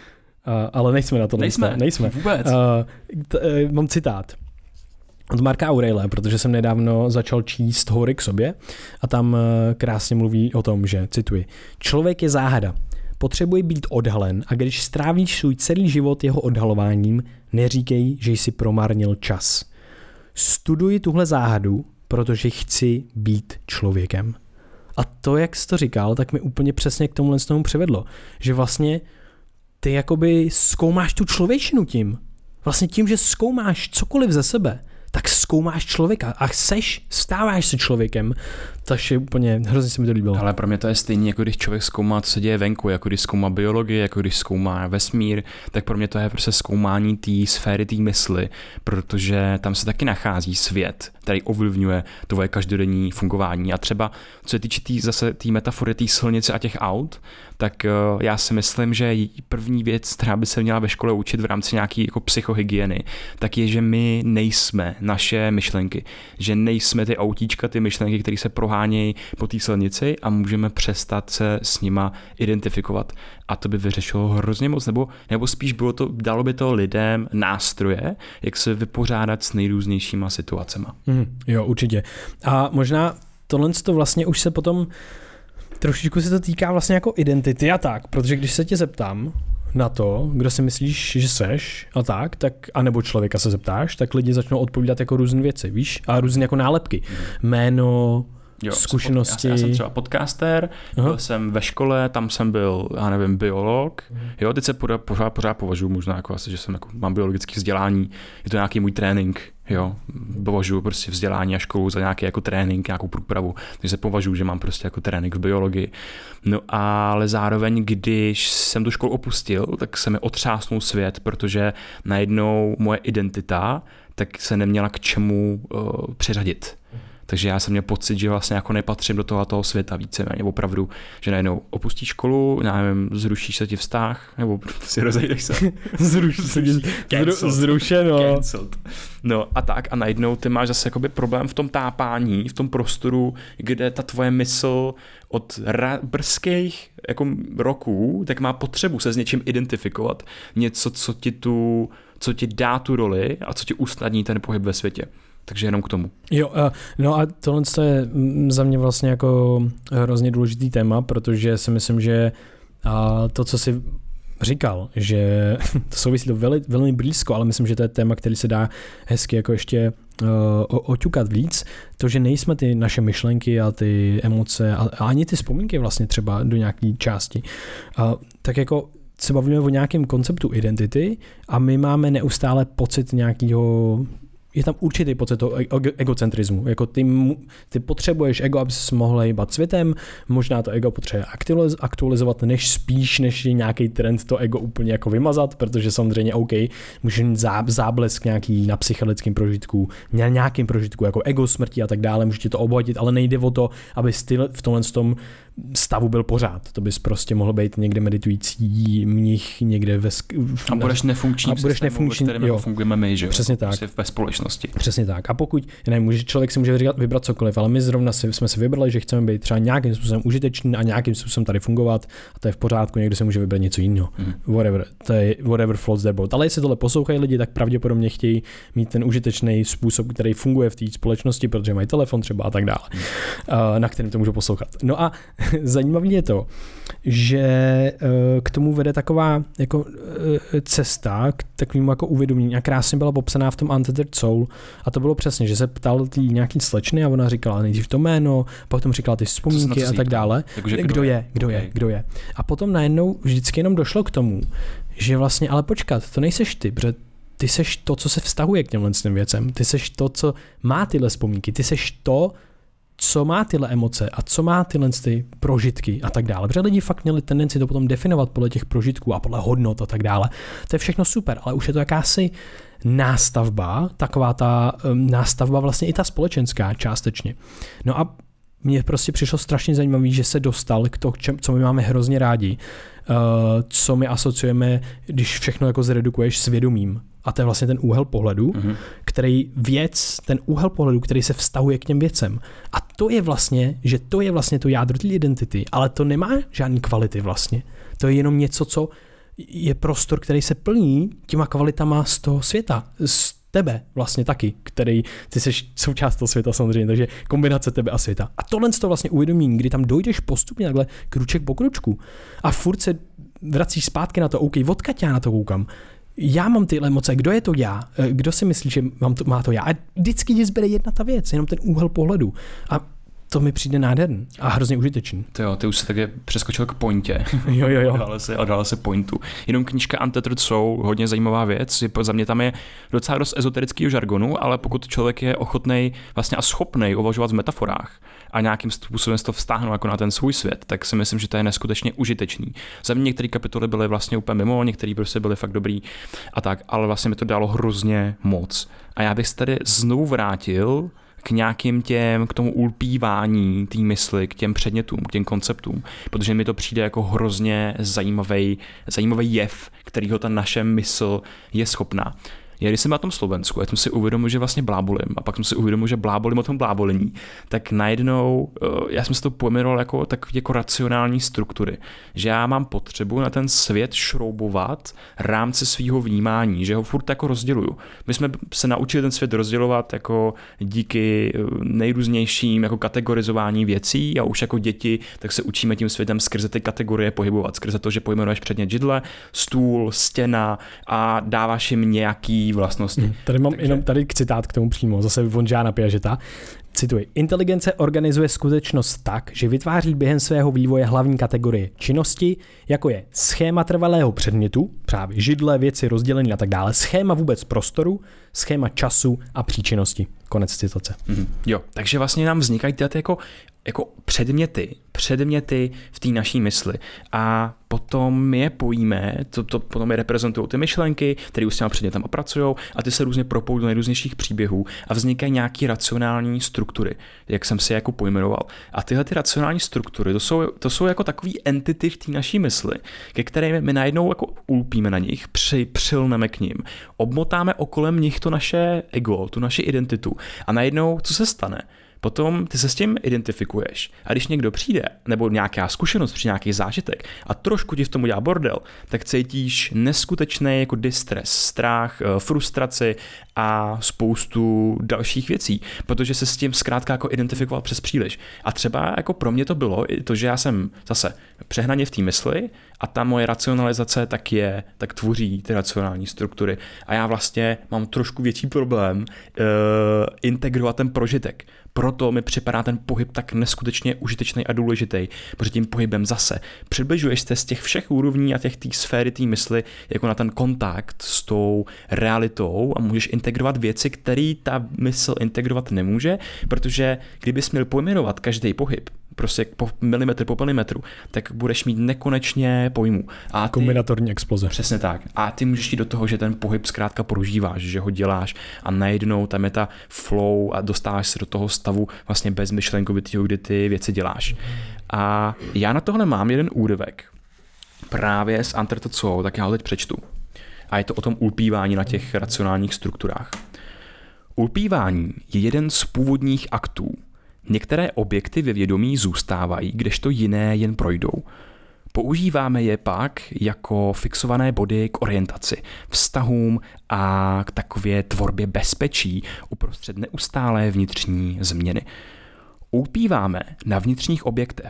Ale nejsme na to. Nejsme. Vůbec. Mám citát od Marka Aurela, protože jsem nedávno začal číst Hovory k sobě a tam krásně mluví o tom, že, cituji, člověk je záhada, potřebuje být odhalen a když strávíš svůj celý život jeho odhalováním, neříkej, že jsi promarnil čas. Studuji tuhle záhadu, protože chci být člověkem. A to, jak jsi to říkal, tak mi úplně přesně k tomu přivedlo, že vlastně ty jakoby zkoumáš tu člověčinu tím. Vlastně tím, že zkoumáš cokoliv ze sebe, tak zkoumáš člověka a stáváš se člověkem, takže úplně hrozně se mi to líbilo. Ale pro mě to je stejně, jako když člověk zkoumá, co se děje venku, jako když zkoumá biologii, jako když zkoumá vesmír, tak pro mě to je prostě zkoumání té sféry, té mysli, protože tam se taky nachází svět, který ovlivňuje tvoje každodenní fungování. A třeba, co se týče zase té metafory té silnice a těch aut, tak já si myslím, že první věc, která by se měla ve škole učit v rámci nějaké jako psychohygieny, tak je, že my nejsme naše myšlenky, že nejsme ty autíčka, ty myšlenky, které se prohánějí po té silnici a můžeme přestat se s nima identifikovat. A to by vyřešilo hrozně moc, nebo spíš dalo by to lidem nástroje, jak se vypořádat s nejrůznějšíma situacema. Jo, určitě. A možná tohle to vlastně už se potom trošičku se to týká vlastně jako identity a tak, protože když se tě zeptám na to, kdo si myslíš, že seš a tak, anebo člověka se zeptáš, tak lidi začnou odpovídat jako různé věci, víš? A různé jako nálepky. Jméno, zkušenosti. Já jsem třeba podcaster, byl jsem ve škole, tam jsem byl, já nevím, biolog. Jo, teď se pořád považuji možná jako asi, že mám biologické vzdělání, je to nějaký můj trénink, jo. Považuji prostě vzdělání a školu za nějaký jako trénink, nějakou průpravu, takže se považuji, že mám prostě jako trénink v biologii. No ale zároveň, když jsem tu školu opustil, tak se mi otřásnul svět, protože najednou moje identita tak se neměla k čemu přiřadit. Takže já jsem měl pocit, že vlastně jako nepatřím do toho světa víceméně opravdu, že najednou opustíš školu, nevím, zrušíš se ti vztah, nebo si rozejdeš se. Zrušeno. Cancelled. No a tak a najednou ty máš zase jakoby problém v tom tápání, v tom prostoru, kde ta tvoje mysl od brzkých jako roků, tak má potřebu se s něčím identifikovat. Něco, co ti dá tu roli a co ti usnadní ten pohyb ve světě. Takže jenom k tomu. Jo, no a tohle je za mě vlastně jako hrozně důležitý téma, protože si myslím, že to, co jsi říkal, že to souvisí to velmi blízko, ale myslím, že to je téma, který se dá hezky jako ještě oťukat víc, to, že nejsme ty naše myšlenky a ty emoce a ani ty vzpomínky vlastně třeba do nějaké části. Tak jako se bavíme o nějakém konceptu identity a my máme neustále pocit nějakého, je tam určitý pocit toho egocentrismu. Jako ty potřebuješ ego, aby se mohl hýbat světem, možná to ego potřebuje aktualizovat, než je nějaký trend to ego úplně jako vymazat, protože samozřejmě OK, můžeš mít záblesk nějaký na psychologickém prožitku, nějakým prožitku jako ego smrti a tak dále, můžete to obohatit, ale nejde o to, aby v tomhle stavu byl pořád. To bys prostě mohl být někde meditující mnich, někde a budeš nefunkční, ve kterém fungujeme my, že? Přesně tak. Prostě ve společnosti. Přesně tak. A pokud, člověk si může vybrat cokoliv, ale my zrovna jsme si vybrali, že chceme být třeba nějakým způsobem užitečný a nějakým způsobem tady fungovat a to je v pořádku, někdo si může vybrat něco jiného. Whatever floats their boat. Ale jestli tohle poslouchají lidi, tak pravděpodobně chtějí mít ten užitečný způsob, který funguje v té společnosti, protože mají telefon třeba a tak dále, na kterém to můžou poslouchat. No a zajímavé je to, že k tomu vede taková jako cesta k takovému jako uvědomění a krásně byla popsaná v tom Untethered Soul a to bylo přesně, že se ptal nějaký slečny a ona říkala nejdřív to jméno, pak tomu říkala ty vzpomínky a tak dále. Jakože kdo je. A potom najednou vždycky jenom došlo k tomu, že vlastně, ale počkat, to nejseš ty, protože ty seš to, co se vztahuje k těmhle věcem, ty seš to, co má tyhle vzpomínky, ty seš to, co má tyhle emoce a co má tyhle ty prožitky a tak dále. Protože lidi fakt měli tendenci to potom definovat podle těch prožitků a podle hodnot a tak dále. To je všechno super, ale už je to jakási nástavba, taková ta nástavba vlastně i ta společenská částečně. No a mně prostě přišlo strašně zajímavý, že se dostal k tomu, co my máme hrozně rádi, co my asociujeme, když všechno jako zredukuješ svědomím. A to je vlastně ten úhel pohledu, ten úhel pohledu, který se vztahuje k těm věcem. A to je vlastně, že to je vlastně to jádro té identity, ale to nemá žádný kvality vlastně. To je jenom něco, co je prostor, který se plní těma kvalitama z toho světa, z tebe vlastně taky, který ty jsi součást toho světa samozřejmě, takže kombinace tebe a světa. A tohle z toho vlastně uvědomění, kdy tam dojdeš postupně takhle kruček po kručku a furt se vracíš zpátky na to, OK, odkud já na to koukám. Já mám tyhle emoce, kdo je to já? Kdo si myslí, že má to já? A vždycky ti zbere jedna ta věc, jenom ten úhel pohledu. A to mi přijde nádherný a hrozně užitečný. To jo, ty už se také přeskočil k pointě. Jo. Dál se pointu. Jenom knížka Untethered Soul, hodně zajímavá věc. Za mě tam je docela dost ezoterického žargonu, ale pokud člověk je ochotnej vlastně a schopnej uvažovat v metaforách a nějakým způsobem to vztáhnout jako na ten svůj svět, tak si myslím, že to je neskutečně užitečný. Za mě některé kapitoly byly vlastně úplně mimo, některé prostě byly fakt dobrý a tak, ale vlastně mi to dalo hrozně moc. A já bych se tady znovu vrátil k tomu ulpívání té mysli, k těm předmětům, k těm konceptům, protože mi to přijde jako hrozně zajímavý jev, kterýho ta naše mysl je schopná. Já když jsem na tom Slovensku, já jsem si uvědomil, že vlastně blábolím a pak jsem si uvědomil, že blábolím o tom blábolení, tak najednou já jsem si to pojmenoval jako takové jako racionální struktury, že já mám potřebu na ten svět šroubovat rámce svého vnímání, že ho furt jako rozděluju. My jsme se naučili ten svět rozdělovat jako díky nejrůznějším jako kategorizování věcí a už jako děti, tak se učíme tím světem skrze ty kategorie pohybovat, skrze to, že pojmenuješ předmět židle, stůl, stěna a dáváš jim nějaký vlastnosti. Tady mám jenom tady citát k tomu přímo, zase von Jeana Piageta. Cituji. Inteligence organizuje skutečnost tak, že vytváří během svého vývoje hlavní kategorie činnosti, jako je schéma trvalého předmětu, právě židle, věci, rozdělení a tak dále, schéma vůbec prostoru, schéma času a příčinnosti. Konec citace. Jo, takže vlastně nám vznikají ty jako předměty v té naší mysli a potom je pojíme, potom je reprezentují ty myšlenky, které už s těma předmětem pracují a ty se různě propoují do nejrůznějších příběhů a vznikají nějaký racionální struktury, jak jsem si jako pojmenoval. A tyhle ty racionální struktury, to jsou jako takový entity v té naší mysli, ke kterým my najednou jako ulpíme na nich, přilneme k ním, obmotáme okolem nich to naše ego, tu naši identitu a najednou co se stane? Potom ty se s tím identifikuješ a když někdo přijde, nebo nějaká zkušenost, při nějaký zážitek a trošku ti v tom udělá bordel, tak cítíš neskutečný jako distres, strach, frustraci a spoustu dalších věcí, protože se s tím zkrátka jako identifikoval přes příliš. A třeba jako pro mě to bylo i to, že já jsem zase přehnaně v té mysli a ta moje racionalizace tak tvoří ty racionální struktury a já vlastně mám trošku větší problém integrovat ten prožitek. Proto mi připadá ten pohyb tak neskutečně užitečný a důležitý, protože tím pohybem zase přibližuješ se z těch všech úrovní a té sféry té mysli jako na ten kontakt s tou realitou a můžeš integrovat věci, které ta mysl integrovat nemůže, protože kdybys měl pojmenovat každý pohyb, prostě po milimetr po milimetru, tak budeš mít nekonečně pojmů. A kombinatorní exploze. Přesně tak. A ty můžeš jít do toho, že ten pohyb zkrátka prožíváš, že ho děláš a najednou tam je ta flow a dostáváš se do toho stavu vlastně bezmyšlenkovitého, kdy ty věci děláš. A já na tohle mám jeden úryvek právě z Untethered Soul, tak já ho teď přečtu. A je to o tom ulpívání na těch racionálních strukturách. Ulpívání je jeden z původních aktů. Některé objekty ve vědomí zůstávají, kdežto jiné jen projdou. Používáme je pak jako fixované body k orientaci, vztahům a k takové tvorbě bezpečí uprostřed neustálé vnitřní změny. Ulpíváme na vnitřních objektech,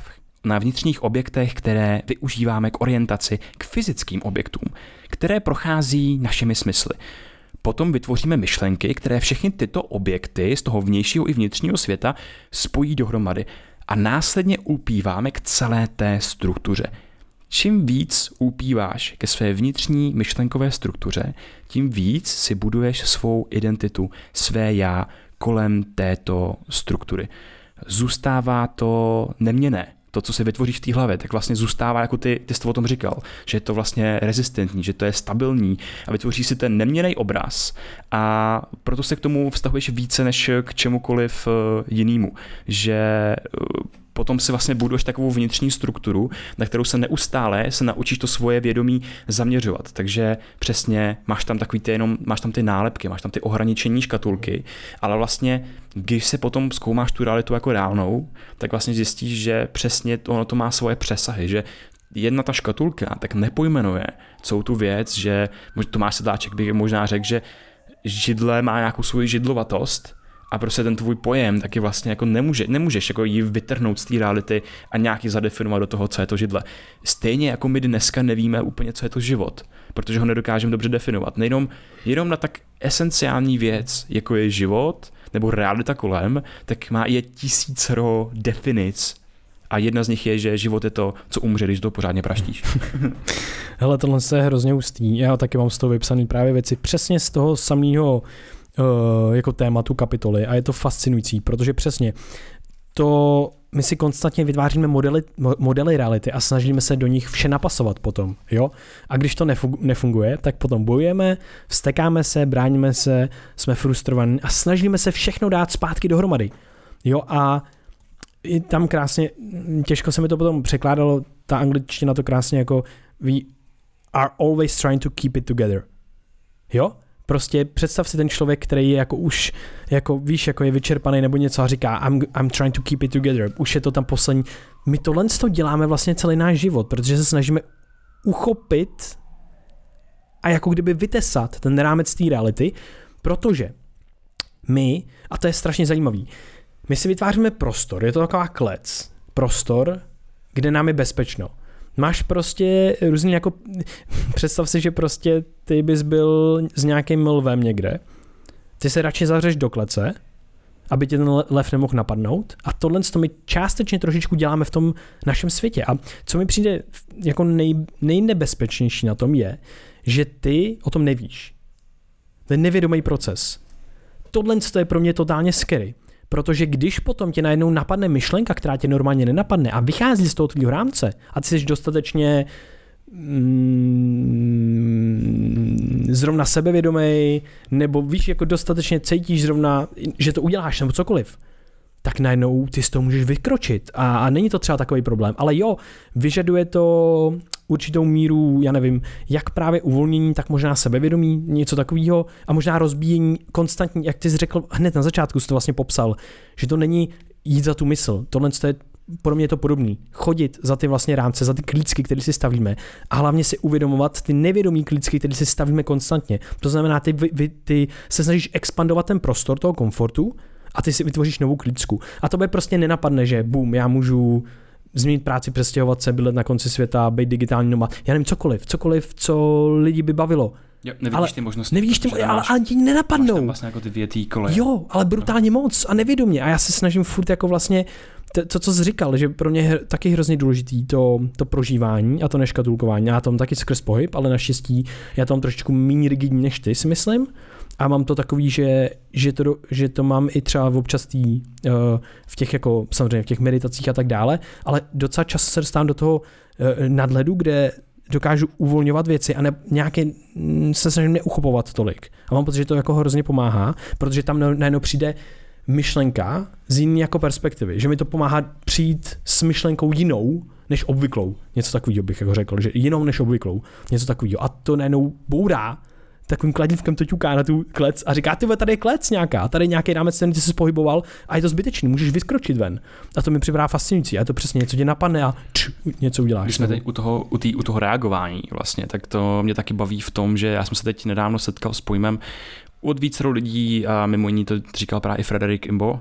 na vnitřních objektech, které využíváme k orientaci k fyzickým objektům, které prochází našimi smysly. Potom vytvoříme myšlenky, které všechny tyto objekty z toho vnějšího i vnitřního světa spojí dohromady a následně ulpíváme k celé té struktuře. Čím víc ulpíváš ke své vnitřní myšlenkové struktuře, tím víc si buduješ svou identitu, své já kolem této struktury. Zůstává to neměnné. To, co si vytvoříš v té hlavě, tak vlastně zůstává, jako ty jsi o tom říkal, že je to vlastně rezistentní, že to je stabilní a vytvoříš si ten neměnný obraz a proto se k tomu vztahuješ více než k čemukoliv jinému, že potom si vlastně buduješ takovou vnitřní strukturu, na kterou se neustále se naučíš to svoje vědomí zaměřovat. Takže přesně máš tam máš tam ty nálepky, máš tam ty ohraničení škatulky, ale vlastně když se potom zkoumáš tu realitu jako reálnou, tak vlastně zjistíš, že přesně ono to má svoje přesahy, že jedna ta škatulka tak nepojmenuje celou tu věc, že Tomáš Sedláček by možná řekl, že židle má nějakou svoji židlovatost, a prostě ten tvůj pojem taky vlastně jako nemůžeš jako ji vytrhnout z té reality a nějak ji zadefinovat do toho, co je to židle. Stejně jako my dneska nevíme úplně, co je to život, protože ho nedokážeme dobře definovat. Jenom na tak esenciální věc, jako je život nebo realita kolem, tak má i 1000 definic a jedna z nich je, že život je to, co umře, když to pořádně praštíš. Hele, tohle je hrozně hustý. Já taky mám z toho vypsaný právě věci přesně z toho samého jako tématu kapitoly a je to fascinující, protože přesně my si konstantně vytváříme modely reality a snažíme se do nich vše napasovat potom, jo? A když to nefunguje, tak potom bojujeme, vztekáme se, bráníme se, jsme frustrovaní a snažíme se všechno dát zpátky dohromady, jo? A tam krásně, těžko se mi to potom překládalo, ta angličtina to krásně jako we are always trying to keep it together, jo? Prostě představ si ten člověk, který je jako už, jako víš, jako je vyčerpaný nebo něco a říká I'm trying to keep it together. Už je to tam poslední. My tohle děláme vlastně celý náš život, protože se snažíme uchopit a jako kdyby vytesat ten rámec té reality, protože my, a to je strašně zajímavý, my si vytváříme prostor, je to taková klec, prostor, kde nám je bezpečno. Máš prostě různý jako, představ si, že prostě ty bys byl s nějakým lvem někde, ty se radši zavřeš do klece, aby tě ten lev nemohl napadnout a tohle my částečně trošičku děláme v tom našem světě a co mi přijde jako nejnebezpečnější na tom je, že ty o tom nevíš. To je nevědomý proces. Tohle je pro mě totálně scary. Protože když potom tě najednou napadne myšlenka, která tě normálně nenapadne a vychází z toho tvýho rámce a ty jsi dostatečně zrovna sebevědomý, nebo víš, jako dostatečně cítíš zrovna, že to uděláš, nebo cokoliv, tak najednou ty z toho můžeš vykročit a není to třeba takový problém. Ale jo, vyžaduje to určitou míru, já nevím, jak právě uvolnění, tak možná sebevědomí, něco takového a možná rozbíjení konstantní, jak ty jsi řekl hned na začátku, jsi to vlastně popsal, že to není jít za tu mysl, tohle je pro mě je to podobný. Chodit za ty vlastně rámce, za ty klícky, které si stavíme a hlavně si uvědomovat ty nevědomí klícky, které si stavíme konstantně. To znamená, ty se snažíš expandovat ten prostor toho komfortu a ty si vytvoříš novou klícku. A to by prostě nenapadne, že bum, já můžu změnit práci, přestěhovat se, bydlet na konci světa, být digitální nomad. Já nevím, cokoliv, co lidi by bavilo. Jo, nevidíš ty možnosti. Nevidíš ty, ale ti nenapadnou. Máš tam vlastně jako ty větý koleje. Jo, ale brutálně moc a nevědomě. A já se snažím furt jako vlastně to, co jsi říkal, že pro mě je taky hrozně důležitý to prožívání a to neškatulkování. Já tam taky skrz pohyb, ale naštěstí já tam trošičku méně rigidní než ty, si myslím. A mám to takový, že to mám i třeba v občas v těch jako samozřejmě v těch meditacích a tak dále, ale docela často se dostávám do toho nadhledu, kde dokážu uvolňovat věci a nějaké se snažím neuchopovat tolik. A mám pocit, že to jako hrozně pomáhá, protože tam najednou přijde myšlenka z jiné jako perspektivy, že mi to pomáhá přijít s myšlenkou jinou než obvyklou. Něco takového bych jako řekl, že jinou než obvyklou. Něco takového. A to najednou bourá, takovým kladívkem to ťuká na tu klec a říká, ty tady je klec nějaká, tady je nějaký rámec, který ty jsi pohyboval a je to zbytečný, můžeš vyskročit ven. A to mi připadá fascinující a je to přesně něco tě napadne a něco uděláš. Když jsme teď u toho reagování vlastně, tak to mě taky baví v tom, že já jsem se teď nedávno setkal s pojmem od vícero lidí a mimo jiný to říkal právě i Frederick Imbo,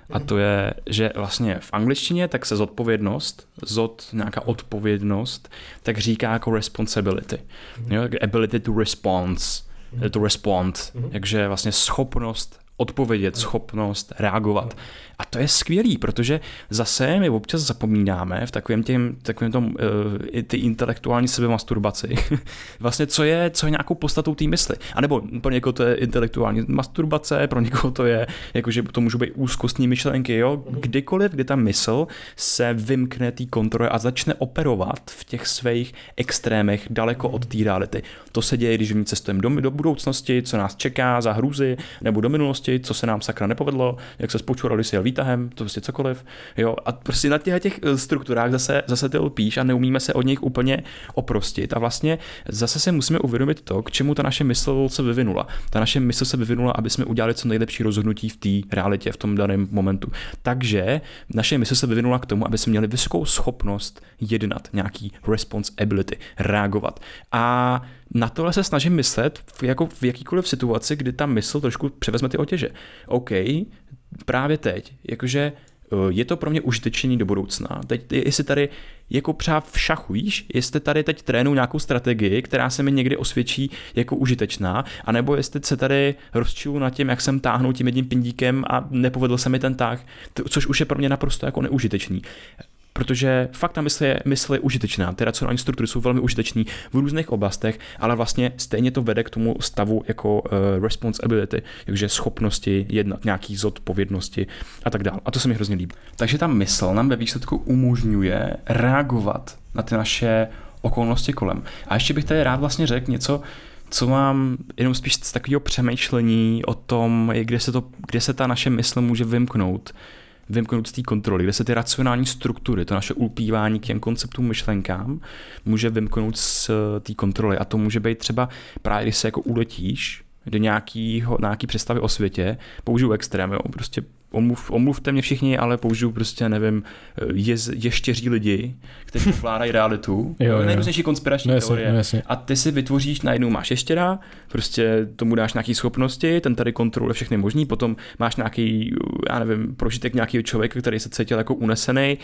A to je, že vlastně v angličtině tak se zodpovědnost, nějaká odpovědnost, tak říká jako responsibility. Jo, ability to respond. Takže vlastně schopnost odpovědět, schopnost reagovat. A to je skvělý, protože zase my občas zapomínáme v takovém tom ty intelektuální sebemasturbaci. Vlastně co je nějakou podstatou té mysli. A nebo pro někoho to je intelektuální masturbace, pro někoho to je, jakože to můžou být úzkostní myšlenky, jo. Kdykoliv, kdy ta mysl se vymkne té kontrole a začne operovat v těch svých extrémech daleko od té reality. To se děje, když my cestujeme do budoucnosti, co nás čeká za hrůzy, nebo do minulosti, co se nám sakra nepovedlo, jak se spočurali si jel výtahem, to prostě cokoliv. Jo? A prostě na těch strukturách zase ty lpíš a neumíme se od nich úplně oprostit. A vlastně zase se musíme uvědomit to, k čemu ta naše mysl se vyvinula. Ta naše mysl se vyvinula, aby jsme udělali co nejlepší rozhodnutí v té realitě, v tom daném momentu. Takže naše mysl se vyvinula k tomu, aby jsme měli vysokou schopnost jednat, nějaký responsibility, reagovat. A na tohle se snažím myslet jako v jakýkoliv situaci, kdy ta mysl trošku převezme ty otěže. OK, právě teď, jakože je to pro mě užitečný do budoucna. Teď, jestli tady jako třeba v šachu, víš, jestli tady teď trénuju nějakou strategii, která se mi někdy osvědčí jako užitečná, anebo jestli se tady rozčilu nad tím, jak jsem táhnul tím jedním pindíkem a nepovedl se mi ten tah, což už je pro mě naprosto jako neužitečný. Protože fakt ta mysl je užitečná, ty racionální struktury jsou velmi užitečný v různých oblastech, ale vlastně stejně to vede k tomu stavu jako responsibility, takže schopnosti jednat, nějaký zodpovědnosti a tak dále. A to se mi hrozně líbí. Takže ta mysl nám ve výsledku umožňuje reagovat na ty naše okolnosti kolem. A ještě bych tady rád vlastně řekl něco, co mám jenom spíš z takového přemýšlení o tom, kde se ta naše mysl může vymknout z té kontroly, kde se ty racionální struktury, to naše ulpívání k těm konceptům, myšlenkám, může vymknout z té kontroly. A to může být třeba právě, když se jako uletíš do nějaký představy o světě, použiju extrém, jo, prostě omluvte mě všichni, ale použiju prostě, nevím, ještěří lidi, kteří ovládají realitu, nejrůznější konspirační teorie. A ty si vytvoříš, najednou máš ještěra, prostě tomu dáš nějaký schopnosti, ten tady kontroluje všechny možný, potom máš nějaký, já nevím, prožitek nějakého člověka, který se cítil jako unesený,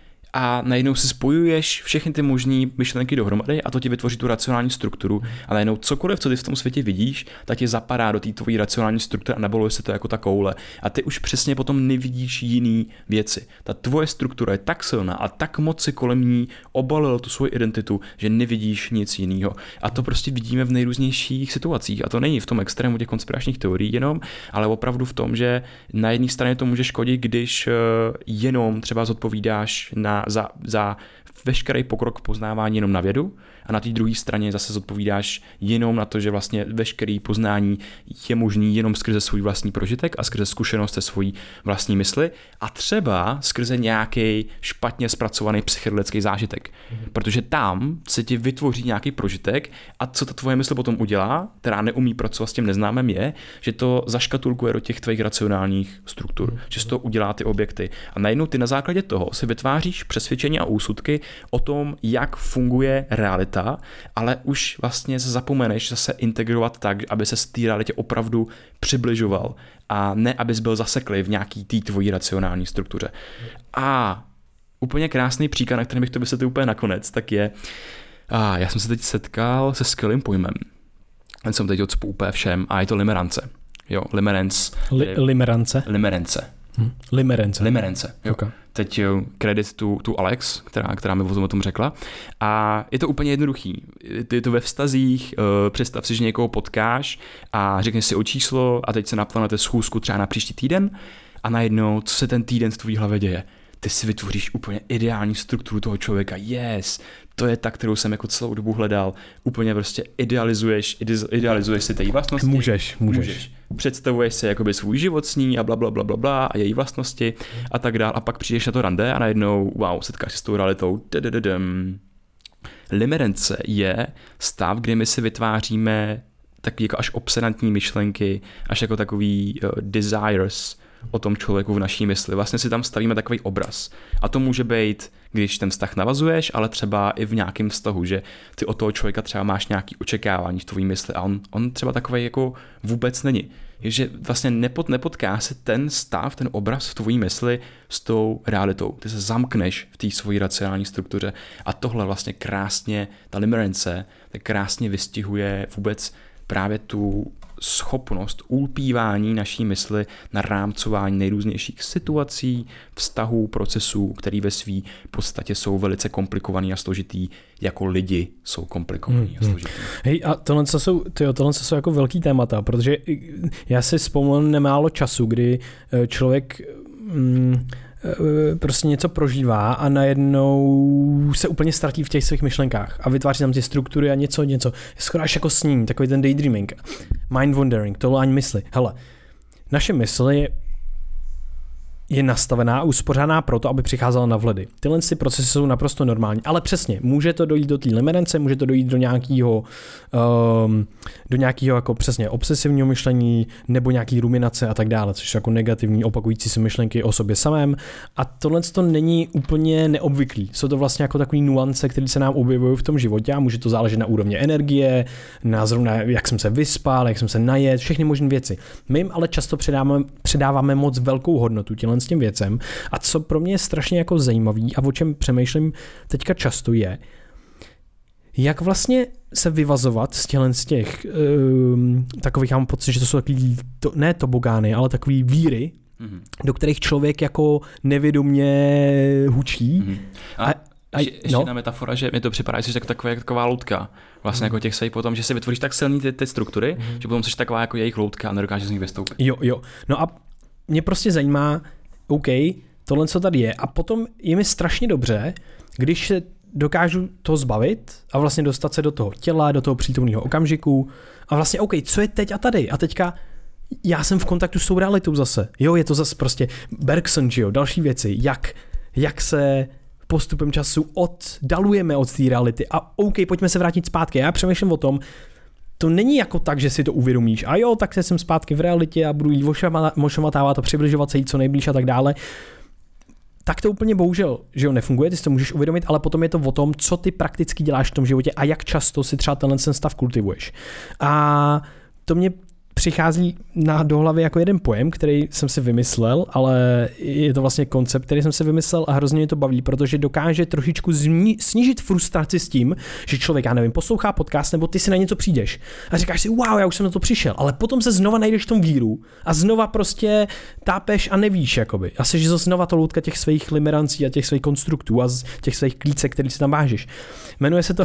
a najednou si spojuješ všechny ty možné myšlenky dohromady a to ti vytvoří tu racionální strukturu a najednou cokoliv, co ty v tom světě vidíš, tak ti zapadá do té tvojí racionální struktury a nabaluje se to jako ta koule. A ty už přesně potom nevidíš jiný věci. Ta tvoje struktura je tak silná a tak moc si kolem ní obalil tu svoji identitu, že nevidíš nic jiného. A to prostě vidíme v nejrůznějších situacích. A to není v tom extrému těch konspiračních teorií jenom, ale opravdu v tom, že na jedné straně to může škodit, když jenom třeba zodpovídáš za veškerý pokrok v poznávání jenom na vědu a na té druhé straně zase zodpovídáš jenom na to, že vlastně veškerý poznání je možný jenom skrze svůj vlastní prožitek a skrze zkušenost se svojí vlastní mysli a třeba skrze nějaký špatně zpracovaný psychedelický zážitek. Protože tam se ti vytvoří nějaký prožitek a co ta tvoje mysl potom udělá, která neumí pracovat s tím neznámým, je, že to zaškatulkuje do těch tvých racionálních struktur, že z toho udělá ty objekty. A najednou ty na základě toho si vytváříš přesvědčení a úsudky o tom, jak funguje realita, ale už vlastně se zapomeneš zase integrovat tak, aby se z té realitě opravdu přibližoval a ne, abys byl zaseklý v nějaký té tvojí racionální struktuře. A úplně krásný příklad, na kterém bych to vysvětlil úplně nakonec, tak je, já jsem se teď setkal se skvělým pojmem. Ten jsem teď odspu úplně všem a je to limerance. Jo, limerence. Limerence. Limerence, jo. Okay. Teď kredit tu Alex, která mi o tom řekla. A je to úplně jednoduchý. Je to ve vztazích, představ si, že někoho potkáš a řekneš si o číslo a teď se naplánujete schůzku třeba na příští týden a najednou, co se ten týden v tvý hlavě děje? Ty si vytvoříš úplně ideální strukturu toho člověka. Yes, to je ta, kterou jsem jako celou dobu hledal. Úplně prostě idealizuješ si té vlastnosti. Můžeš. Představuješ si jakoby svůj život s ní a blablabla a její vlastnosti a tak dál. A pak přijdeš na to rande a najednou, setkáš se s tou realitou. Limerence je stav, kdy my si vytváříme taky jako až obsedantní myšlenky, až jako takový desires o tom člověku v naší mysli. Vlastně si tam stavíme takový obraz. A to může být, když ten vztah navazuješ, ale třeba i v nějakém vztahu, že ty od toho člověka třeba máš nějaký očekávání v tvojí mysli a on třeba takový jako vůbec není. je, že vlastně nepotká se ten stav, ten obraz v tvojí mysli s tou realitou. Ty se zamkneš v té svojí racionální struktuře a tohle vlastně krásně, ta limerence, tak krásně vystihuje vůbec právě tu schopnost ulpívání naší mysli na rámcování nejrůznějších situací, vztahů, procesů, které ve své podstatě jsou velice komplikovaný a složitý, jako lidi jsou komplikovaný a složitý. Hej, a tohle jsou jako velký témata, protože já si vzpomínám nemálo času, kdy člověk prostě něco prožívá a najednou se úplně ztratí v těch svých myšlenkách a vytváří tam ty struktury a něco. Skoro až jako snění, takový ten daydreaming, mind wandering, tohle ani mysli. Hele, naše mysl je nastavená a uspořádaná proto, aby přicházela na vledy. Tyhle procesy jsou naprosto normální, ale přesně, může to dojít do té limerence, může to dojít do nějakého jako přesně obsesivního myšlení nebo nějaký ruminace a tak dále, což jsou jako negativní opakující se myšlenky o sobě samém. A tohle to není úplně neobvyklý. Jsou to vlastně jako takový nuance, které se nám objevují v tom životě a může to záležet na úrovni energie, na zrovna jak jsem se vyspal, jak jsem se najet, všechny možné věci. My jim ale často předáváme moc velkou hodnotu s těm věcem. A co pro mě je strašně jako zajímavý a o čem přemýšlím teďka často je, jak vlastně se vyvazovat z těch takových, já mám pocit, že to jsou takový, ne tobogány, ale takový víry, do kterých člověk jako nevědomě hučí. Ještě jedna metafora, že mi to připadá, že jsi taková loutka. Vlastně jako těch sejp potom, že si vytvoříš tak silný ty struktury, že potom jsi taková jako jejich loutka a nedokážeš z nich vystoupit. Jo. No a mě prostě zajímá, OK, tohle co tady je a potom je mi strašně dobře, když se dokážu to zbavit a vlastně dostat se do toho těla, do toho přítomného okamžiku a vlastně OK, co je teď a tady a teďka já jsem v kontaktu s tou realitou zase. Jo, je to zase prostě Bergson, jo, další věci, jak se postupem času oddalujeme od té reality a OK, pojďme se vrátit zpátky. Já přemýšlím o tom, to není jako tak, že si to uvědomíš a jo, tak jsem zpátky v realitě a budu jí ošamatávat a přibližovat se jí co nejblíž a tak dále. Tak to úplně bohužel, že jo, nefunguje, ty si to můžeš uvědomit, ale potom je to o tom, co ty prakticky děláš v tom životě a jak často si třeba tenhle stav kultivuješ. A to mě přichází do hlavy jako jeden pojem, který jsem si vymyslel, ale je to vlastně koncept, který jsem si vymyslel a hrozně mě to baví, protože dokáže trošičku snížit frustraci s tím, že člověk, já nevím, poslouchá podcast nebo ty si na něco přijdeš a říkáš si, wow, já už jsem na to přišel, ale potom se znova najdeš v tom víru a znova prostě tápeš a nevíš, jakoby. A jsi znova to loutka těch svých limerancí a těch svých konstruktů a těch svých klícek, který si tam vážeš. Jmenuje se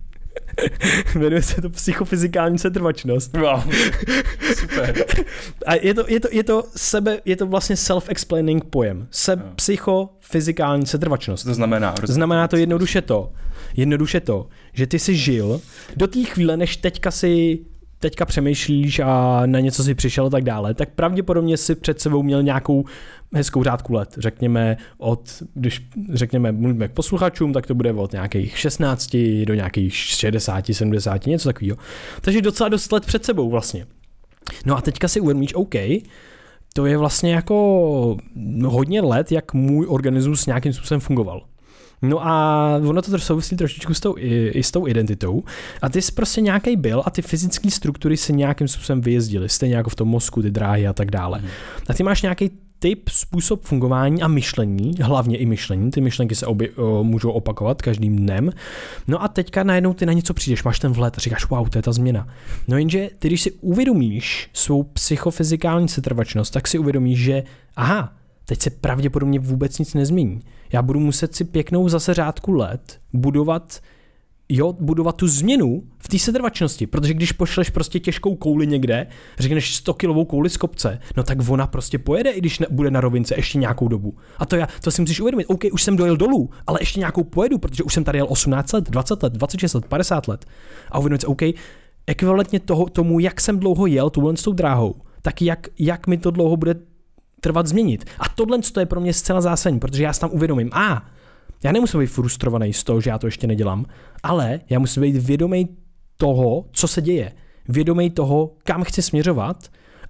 to psychofyzikální setrvačnost. Wow. Super. A je to vlastně self-explaining pojem. Psychofyzikální setrvačnost. To znamená to jednoduše to, že ty jsi žil do té chvíle, než teďka přemýšlíš a na něco si přišel a tak dále, tak pravděpodobně si před sebou měl nějakou hezkou řádku let. Když mluvíme k posluchačům, tak to bude od nějakých 16 do nějakých 60, 70, něco takového. Takže docela dost let před sebou vlastně. No a teďka si uvědomíš, OK, to je vlastně jako hodně let, jak můj organismus nějakým způsobem fungoval. No a ono to souvisí trošičku s tou identitou a ty jsi prostě nějaký byl a ty fyzické struktury se nějakým způsobem vyjezdily, stejně jako v tom mozku, ty dráhy a tak dále. A ty máš nějaký typ, způsob fungování a myšlení, hlavně i myšlení, ty myšlenky se můžou opakovat každým dnem. No a teďka najednou ty na něco přijdeš, máš ten vhled a říkáš, wow, to je ta změna. No jenže ty, když si uvědomíš svou psychofyzikální setrvačnost, tak si uvědomíš, že aha, teď se pravděpodobně vůbec nic nezmění. Já budu muset si pěknou zase řádku let budovat tu změnu v té setrvačnosti, protože když pošleš prostě těžkou kouli někde, řekneš 100kilovou kouli z kopce, no tak ona prostě pojede, i když bude na rovince ještě nějakou dobu. A to si musíš uvědomit, OK, už jsem dojel dolů, ale ještě nějakou pojedu, protože už jsem tady jel 18 let, 20 let, 26 let, 50 let. A uvědomit si, OK, ekvivalentně tomu, jak jsem dlouho jel s tou dráhou, tak jak mi to dlouho bude trvat změnit. A tohle je pro mě zcela zásadní, protože já si tam uvědomím, já nemusím být frustrovaný z toho, že já to ještě nedělám, ale já musím být vědomý toho, co se děje. Vědomý toho, kam chci směřovat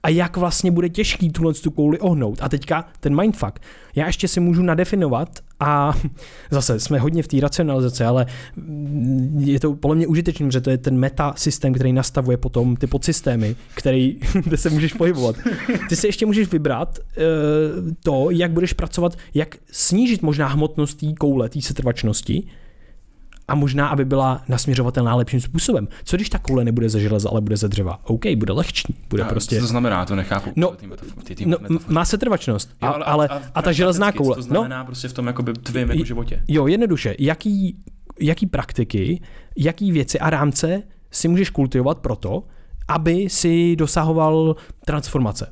a jak vlastně bude těžký tu kouli ohnout. A teďka ten mindfuck. Já ještě si můžu nadefinovat a zase jsme hodně v té racionalizaci, ale je to podle mě užitečný, že to je ten meta systém, který nastavuje potom ty podsystémy, kde se můžeš pohybovat. Ty si ještě můžeš vybrat to, jak budeš pracovat, jak snížit možná hmotnost té koule, té setrvačnosti, a možná, aby byla nasměřovatelná lepším způsobem. Co když ta koule nebude ze železa, ale bude ze dřeva? OK, bude lehčí. Bude prostě... Co to znamená? To nechápu. Má setrvačnost, ale ta železná koule. To znamená prostě v tom jakoby tvým jako životě. Jo, jednoduše. Jaký praktiky, jaký věci a rámce si můžeš kultivovat proto, aby si dosahoval transformace.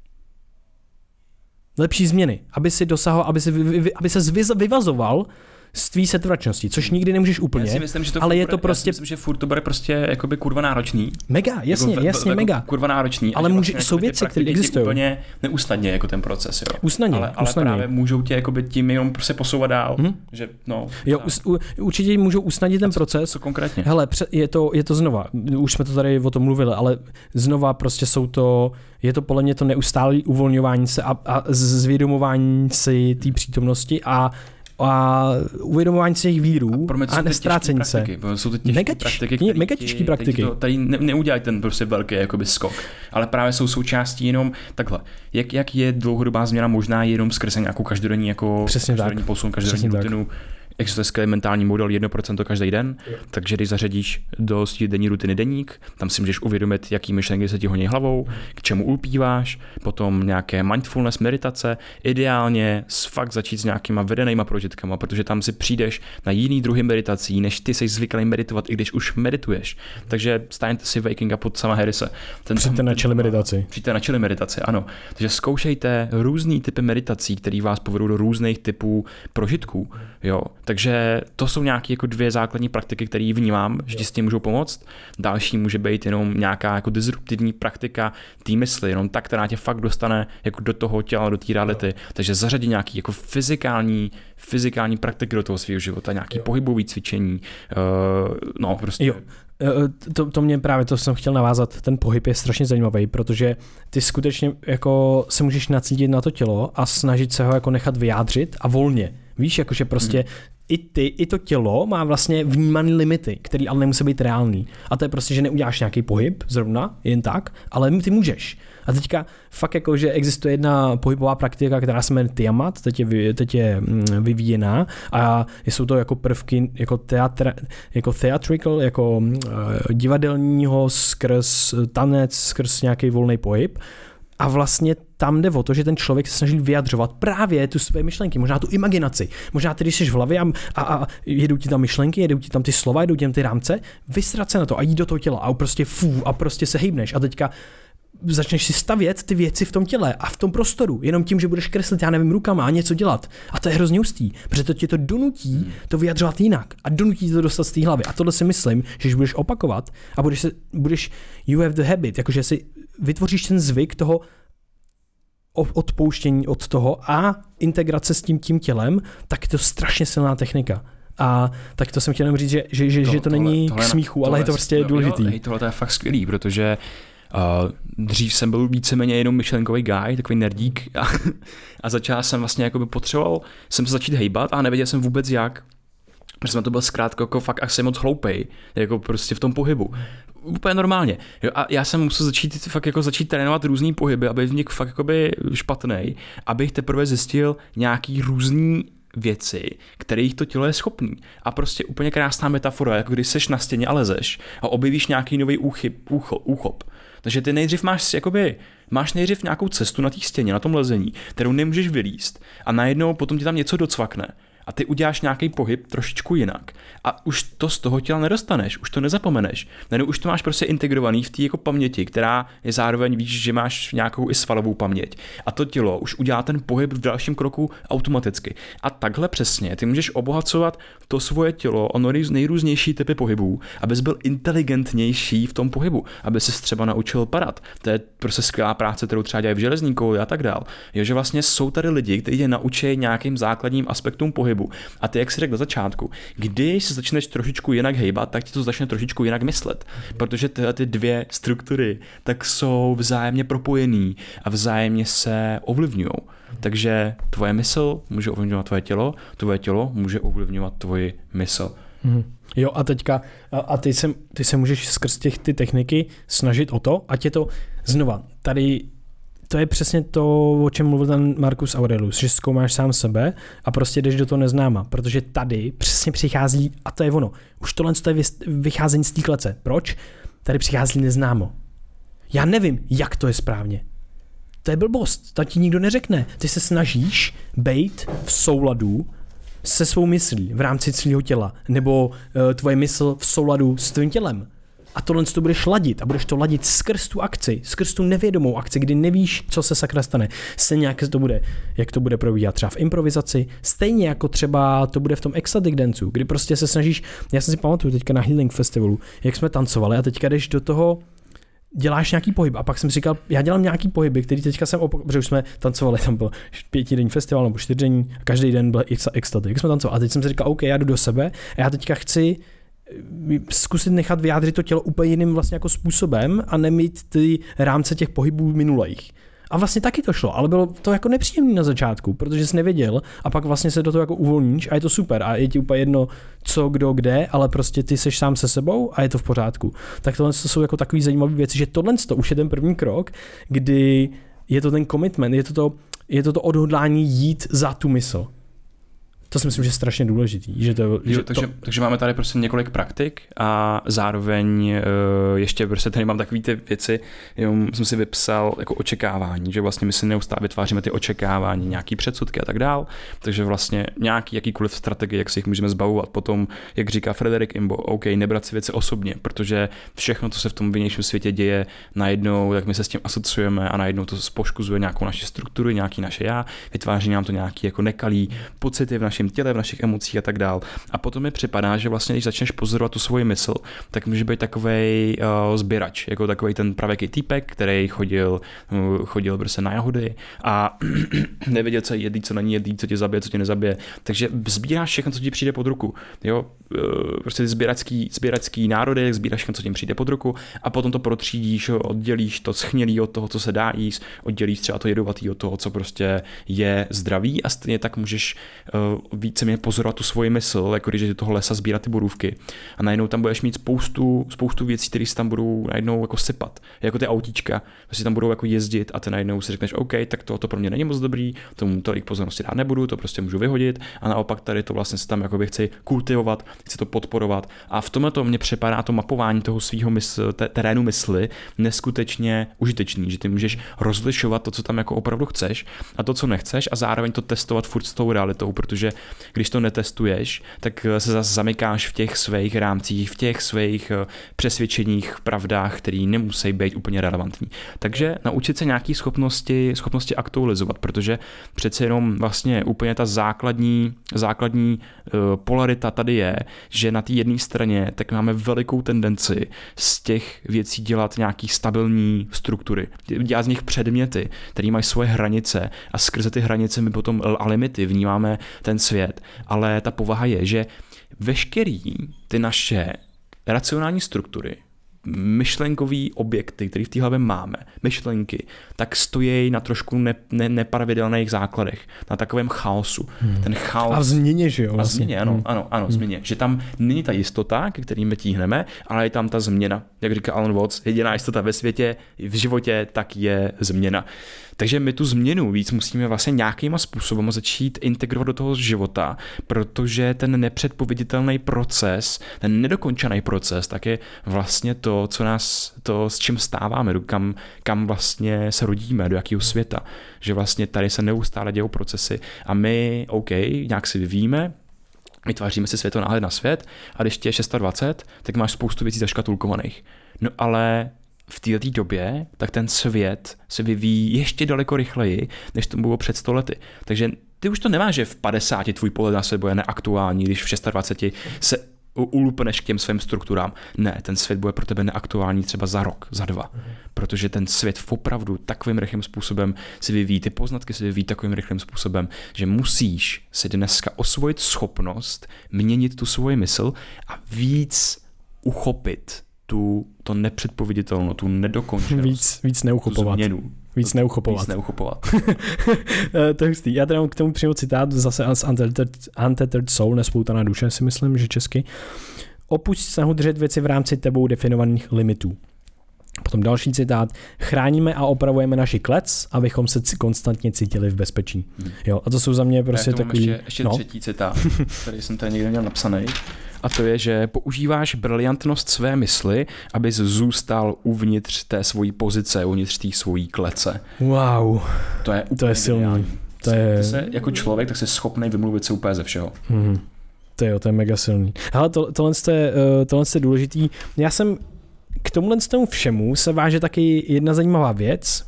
Lepší změny. Aby si dosahoval, aby se vyvazoval z tvý setrvačnosti, což nikdy nemůžeš úplně, já si myslím, že to ale je to prostě... Já si myslím, že furt to bude prostě jakoby kurva náročný. Mega, jasně, mega. Kurva náročný. Ale jsou věci, které existují. Úplně neusnadně jako ten proces, jo. Usnadně. Ale právě můžou tě jakoby tím jenom prostě posouvat dál, že no. Jo, určitě můžou usnadnit ten proces. Co konkrétně? Hele, je to znova, už jsme to tady o tom mluvili, ale znova prostě je to podle mě to neustálé uvolňování se a zvědomování si té přítomnosti a uvědomování si jejich vírů a nestrácení se. Jsou to mega těžké praktiky. Tady neudělají ten prostě velký jakoby skok, ale právě jsou součástí jenom takhle. Jak je dlouhodobá změna možná jenom skrze nějakou každodenní posun, každodenní rutinu. Existuje skvělý mentální model 1% každý den, takže když zařadíš do denní rutiny deník, tam si můžeš uvědomit, jaký myšlenky se ti honí hlavou, k čemu ulpíváš, potom nějaké mindfulness, meditace, ideálně fakt začít s nějakýma vedenýma prožitkama, protože tam si přijdeš na jiný druhy meditací, než ty jsi zvyklý meditovat, i když už medituješ. Takže stáňte si Waking Up od Sama Harrise. Přijďte na chilli meditaci. Ano. Takže zkoušejte různý typy meditací, které vás povedou do různých typů prožitků. Jo. Takže to jsou nějaké jako 2 základní praktiky, které vnímám, že ti s tím můžou pomoct. Další může být jenom nějaká jako disruptivní praktika té mysli, jenom ta, která tě fakt dostane jako do toho těla, do té reality. Takže zařadit nějaký jako fyzikální praktiky do toho svého života, nějaký pohybový cvičení, no prostě. Jo. To mě právě, to jsem chtěl navázat, ten pohyb je strašně zajímavý, protože ty skutečně jako se můžeš nacítit na to tělo a snažit se ho jako nechat vyjádřit a volně. Víš, jakože prostě i to tělo má vlastně vnímané limity, které ale nemusí být reální. A to je prostě, že neuděláš nějaký pohyb zrovna, jen tak, ale ty můžeš. A teďka fakt jako, že existuje jedna pohybová praktika, která se jmenuje Tiamat, teď je vyvíjená a jsou to jako prvky jako theatrical, jako divadelního skrz tanec, skrz nějaký volný pohyb. A vlastně tam jde o to, že ten člověk se snaží vyjadřovat právě tu své myšlenky, možná tu imaginaci. Možná ty, když jsi v hlavě a jedou ti tam myšlenky, jedou ti tam ty slova, jedou ti tam ty rámce, vysrat se na to a jít do toho těla a prostě a prostě se hejbneš. A teďka začneš si stavět ty věci v tom těle a v tom prostoru, jenom tím, že budeš kreslit, já nevím, rukama a něco dělat. A to je hrozně hustý, protože to tě to donutí to vyjadřovat jinak a donutí to dostat z té hlavy. A tohle si myslím, že když budeš opakovat a budeš you have the habit, jakože si vytvoříš ten zvyk toho odpouštění od toho a integrace s tím tělem, tak je to strašně silná technika. A tak to jsem chtěl říct, že to není k smíchu, ale je to prostě důležitý. Tohle je fakt skvělý, protože dřív jsem byl víceméně jenom myšlenkový guy, takový nerdík a začal jsem vlastně jakoby potřeboval jsem se začít hejbat a nevěděl jsem vůbec jak. Protože jsem to byl zkrátka jako fakt asi moc hloupej, jako prostě v tom pohybu. Úplně normálně. Jo, a já jsem musel začít trénovat různý pohyby, aby v nich fakt jakoby špatnej, abych teprve zjistil nějaký různý věci, kterých to tělo je schopný. A prostě úplně krásná metafora, jako když seš na stěně a lezeš a objevíš nějaký nový úchop. Takže ty nejdřív máš nejdřív nějakou cestu na té stěně, na tom lezení, kterou nemůžeš vylízt a najednou potom ti tam něco docvakne. A ty uděláš nějaký pohyb trošičku jinak. A už to z toho těla nedostaneš, už to nezapomeneš. Nebo už to máš prostě integrovaný v té jako paměti, která je zároveň, víš, že máš nějakou i svalovou paměť. A to tělo už udělá ten pohyb v dalším kroku automaticky. A takhle přesně ty můžeš obohacovat to svoje tělo o nejrůznější typy pohybů, abys byl inteligentnější v tom pohybu, aby ses třeba naučil padat. To je prostě skvělá práce, kterou třeba dělají v železní kouli a tak dál. Jo, že vlastně jsou tady lidi, kteří tě naučí nějakým základním aspektům pohybu, pohybu. A ty, jak jsi řekl na začátku, když se začneš trošičku jinak hejbat, tak ti to začne trošičku jinak myslet. Protože tyhle ty dvě struktury tak jsou vzájemně propojený a vzájemně se ovlivňují. Takže tvoje mysl může ovlivňovat tvoje tělo může ovlivňovat tvoji mysl. Jo, a teďka, a ty se můžeš skrz ty techniky snažit o to, ať je to znova, tady to je přesně to, o čem mluvil ten Marcus Aurelius, že zkoumáš sám sebe a prostě jdeš do toho neznáma, protože tady přesně přichází, a to je ono, už tohle je vycházení z té klece. Proč? Tady přichází neznámo. Já nevím, jak to je správně. To je blbost, to ti nikdo neřekne. Ty se snažíš bejt v souladu se svou myslí v rámci svého těla, nebo tvoje mysl v souladu s tvým tělem. A tohle to budeš ladit a budeš to ladit skrz tu akci, skrz tu nevědomou akci, kdy nevíš, co se sakra stane. Stejně jak to bude probíhat třeba v improvizaci, stejně jako třeba to bude v tom ecstatic danceu, kdy prostě se snažíš, já jsem si pamatuju teďka na Healing Festivalu, jak jsme tancovali a teďka jdeš do toho, děláš nějaký pohyb a pak jsem říkal, já dělám nějaký pohyby, který teďka jsem protože už jsme tancovali, tam byl 5denní festival nebo 4denní, každý den byl ecstatic, jak jsme tancovali a teď jsem si říkal, OK, já jdu do sebe a já teďka chci zkusit nechat vyjádřit to tělo úplně jiným vlastně jako způsobem a nemít ty rámce těch pohybů minulých. A vlastně taky to šlo, ale bylo to jako nepříjemné na začátku, protože jsi nevěděl a pak vlastně se do toho jako uvolníš a je to super a je ti úplně jedno co, kdo, kde, ale prostě ty seš sám se sebou a je to v pořádku. Tak tohle jsou jako takový zajímavé věci, že tohle už je ten první krok, kdy je to ten commitment, je to odhodlání jít za tu mysl. To si myslím, že je strašně důležitý. Takže máme tady prostě několik praktik a zároveň ještě prostě tady mám takový ty věci, jenom jsem si vypsal jako očekávání, že vlastně my si neustále vytváříme ty očekávání, nějaký předsudky a tak dál, takže vlastně nějaký jakýkoliv strategie, jak si jich můžeme zbavovat. Potom, jak říká Frederick Imbo, OK, nebrat si věci osobně, protože všechno, co se v tom vnějším světě děje najednou, tak my se s tím asociujeme a najednou to poškozuje nějakou naši strukturu, nějaký naše já, vytváří nám to nějaký jako nekalý pocity v našem těle, v našich emocích a tak dál. A potom mi připadá, že vlastně, když začneš pozorovat tu svoji mysl, tak může být takovej sběrač, jako takovej ten pravěký týpek, který chodil prostě na jahody a nevěděl, co je jedlí, co není jedlí, co tě zabije, co tě nezabije. Takže sbíráš všechno, co ti přijde pod ruku. Jo? Prostě sběračský národy, sbíráš všechno, co ti přijde pod ruku a potom to protřídíš, oddělíš to schnilý od toho, co se dá jíst, oddělíš třeba to jedovatý od toho, co prostě je zdravý a stejně tak můžeš víceméně pozorovat tu svoji mysl, jako když do toho lesa sbírat ty borůvky. A najednou tam budeš mít spoustu věcí, které se tam budou najednou jako sypat. Jako ty autíčka, prostě tam budou jako jezdit a ty najednou si řekneš, OK, tak to pro mě není moc dobrý, tomu tolik pozornosti dát nebudu, to prostě můžu vyhodit a naopak tady to vlastně se tam jakoby chci kultivovat, chci to podporovat. A v tomhle to mně připadá to mapování toho svého terénu mysli neskutečně užitečný, že ty můžeš rozlišovat to, co tam jako opravdu chceš a to, co nechceš a zároveň to testovat furt s tou realitou, protože když to netestuješ, tak se zase zamykáš v těch svých rámcích, v těch svých přesvědčeních, pravdách, které nemusí být úplně relevantní. Takže naučit se nějaké schopnosti aktualizovat, protože přece jenom vlastně úplně ta základní polarita tady je, že na té jedné straně tak máme velikou tendenci z těch věcí dělat nějaký stabilní struktury. Dělat z nich předměty, které mají svoje hranice a skrze ty hranice my potom a limity vnímáme ten svět, ale ta povaha je, že veškerý ty naše racionální struktury, myšlenkový objekty, které v té hlavě máme, myšlenky, tak stojí na trošku nepravidelných základech, na takovém chaosu. Ten chaos... A v změně, že jo? Vlastně. A změně, ano, změně. Že tam není ta jistota, ke kterým tíhneme, ale je tam ta změna. Jak říká Alan Watts, jediná jistota ve světě, v životě, tak je změna. Takže my tu změnu víc musíme vlastně nějakýma způsobem začít integrovat do toho života, protože ten nepředpověditelný proces, ten nedokončený proces, tak je vlastně to, s čím stáváme, kam vlastně se rodíme, do jakého světa. Že vlastně tady se neustále dějou procesy a my, OK, nějak si vyvíjíme, vytváříme si světonáhled na svět a když tě je 26, tak máš spoustu věcí zaškatulkovaných. No ale v této době, tak ten svět se vyvíjí ještě daleko rychleji, než to bylo před 100 lety. Takže ty už to nemáš, že v 50 tvůj pohled na sebe je neaktuální, když v 26 se ulupneš k těm svým strukturám. Ne, ten svět bude pro tebe neaktuální třeba za rok, za 2. Protože ten svět opravdu takovým rychlým způsobem si vyvíjí, ty poznatky si vyvíjí takovým rychlým způsobem, že musíš si dneska osvojit schopnost měnit tu svoji mysl a víc uchopit to nepředpověditelno, tu nedokončenost. Víc neuchopovat. Víc neuchopovat. To je hustý. Já teda mám k tomu přímo citát zase z Untethered Soul, nespoutaná duše, si myslím, že česky. Opušť snahu držet věci v rámci tebou definovaných limitů. Potom další citát. Chráníme a opravujeme naši klec, abychom se konstantně cítili v bezpečí. Jo, a to jsou za mě prostě takový... Ještě třetí citát, který jsem tady někde měl napsaný. A to je, že používáš briliantnost své mysli, abys zůstal uvnitř té svojí pozice, uvnitř té svojí klece. Wow. To je silný. Ty se jako člověk, tak jsi schopný vymluvit se úplně ze všeho. To je mega silný. Hele, tohle je důležitý. Já jsem k tomu všemu se váže taky jedna zajímavá věc.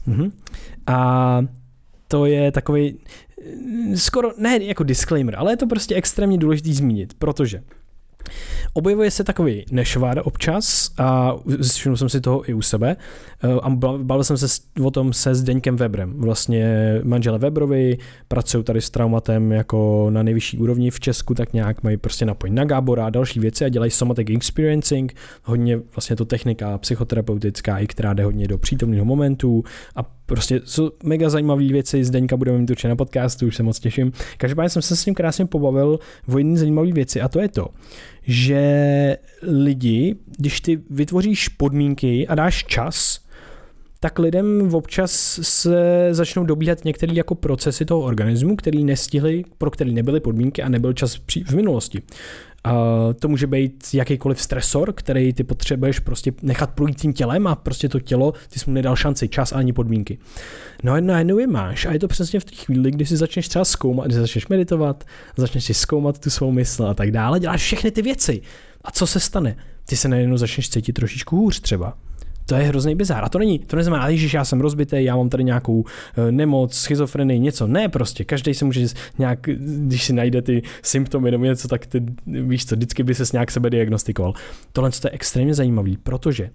A to je takový skoro, ne jako disclaimer, ale je to prostě extrémně důležitý zmínit, protože objevuje se takový nešvar občas a všiml jsem si toho i u sebe a bavil jsem se o tom se Zdeňkem Weberem, vlastně manžele Weberovi, pracují tady s traumatem jako na nejvyšší úrovni v Česku, tak nějak mají prostě napojení na Gábora a další věci a dělají somatic experiencing, hodně vlastně to technika psychoterapeutická, i která jde hodně do přítomného momentu a prostě jsou mega zajímavé věci, Zdeňka budeme mít určitě na podcastu, už se moc těším. Každopádně jsem se s ním krásně pobavil o jedné zajímavé věci a to je to, že lidi, když ty vytvoříš podmínky a dáš čas, tak lidem občas se začnou dobíhat některé jako procesy toho organismu, který nestihli, pro který nebyly podmínky a nebyl čas v minulosti. To může být jakýkoliv stresor, který ty potřebuješ prostě nechat projít tím tělem a prostě to tělo, ty jsi mu nedal šanci, čas ani podmínky. No a najednou je máš a je to přesně v té chvíli, kdy si začneš třeba zkoumat, kdy začneš meditovat, začneš si zkoumat tu svou mysl a tak dále, děláš všechny ty věci. A co se stane? Ty se najednou začneš cítit trošičku hůř třeba. To je hrozný bizár. A to neznamená, že já jsem rozbitej, já mám tady nějakou nemoc, schizofrenii, něco. Ne, prostě. Každý se může nějak, když si najde ty symptomy nebo něco, tak ty, víš co, vždycky by ses nějak sebe diagnostikoval. Tohle je extrémně zajímavý, protože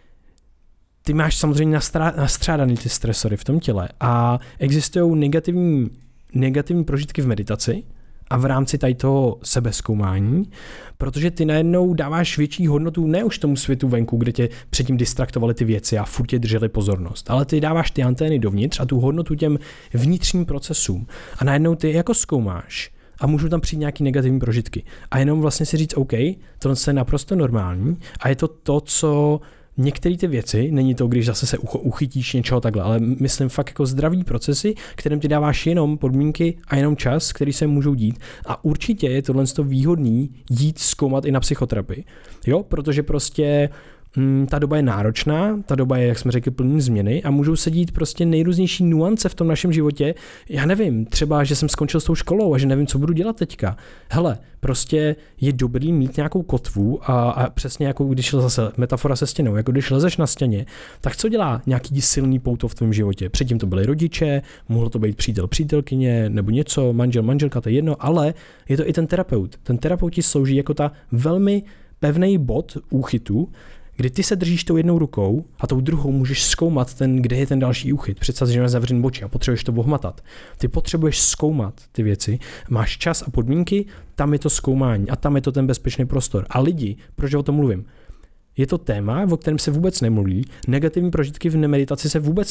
ty máš samozřejmě nastřádaný ty stresory v tom těle a existují negativní prožitky v meditaci a v rámci tady toho sebezkoumání, protože ty najednou dáváš větší hodnotu ne už tomu světu venku, kde tě předtím distraktovaly ty věci a furt tě drželi pozornost, ale ty dáváš ty antény dovnitř a tu hodnotu těm vnitřním procesům a najednou ty jako zkoumáš a můžou tam přijít nějaký negativní prožitky a jenom vlastně si říct OK, tohle je naprosto normální a je to, co některé ty věci, není to, když zase se uchytíš něčeho takhle, ale myslím fakt jako zdravý procesy, kterým ty dáváš jenom podmínky a jenom čas, který se můžou dít. A určitě je tohle výhodný jít zkoumat i na psychoterapii. Jo, protože prostě ta doba je náročná, ta doba je, jak jsme řekli, plný změny a můžou se dít prostě nejrůznější nuance v tom našem životě. Já nevím, třeba, že jsem skončil s tou školou a že nevím, co budu dělat teďka. Hele, prostě je dobrý mít nějakou kotvu a přesně jako když zase metafora se stěnou, jako když lezeš na stěně, tak co dělá nějaký silný pouto v tvém životě? Předtím to byli rodiče, mohlo to být přítel, přítelkyně nebo něco, manžel, manželka, to je jedno, ale je to i ten terapeut. Ten terapeut ti slouží jako ta velmi pevný bod úchytu, kdy ty se držíš tou jednou rukou a tou druhou můžeš zkoumat kde je ten další úchyt. Představ, že máš zavřený oči a potřebuješ to ohmatat. Ty potřebuješ zkoumat ty věci, máš čas a podmínky, tam je to zkoumání a tam je to ten bezpečný prostor. A lidi, proč o tom mluvím? Je to téma, o kterém se vůbec nemluví. Negativní prožitky v meditaci se vůbec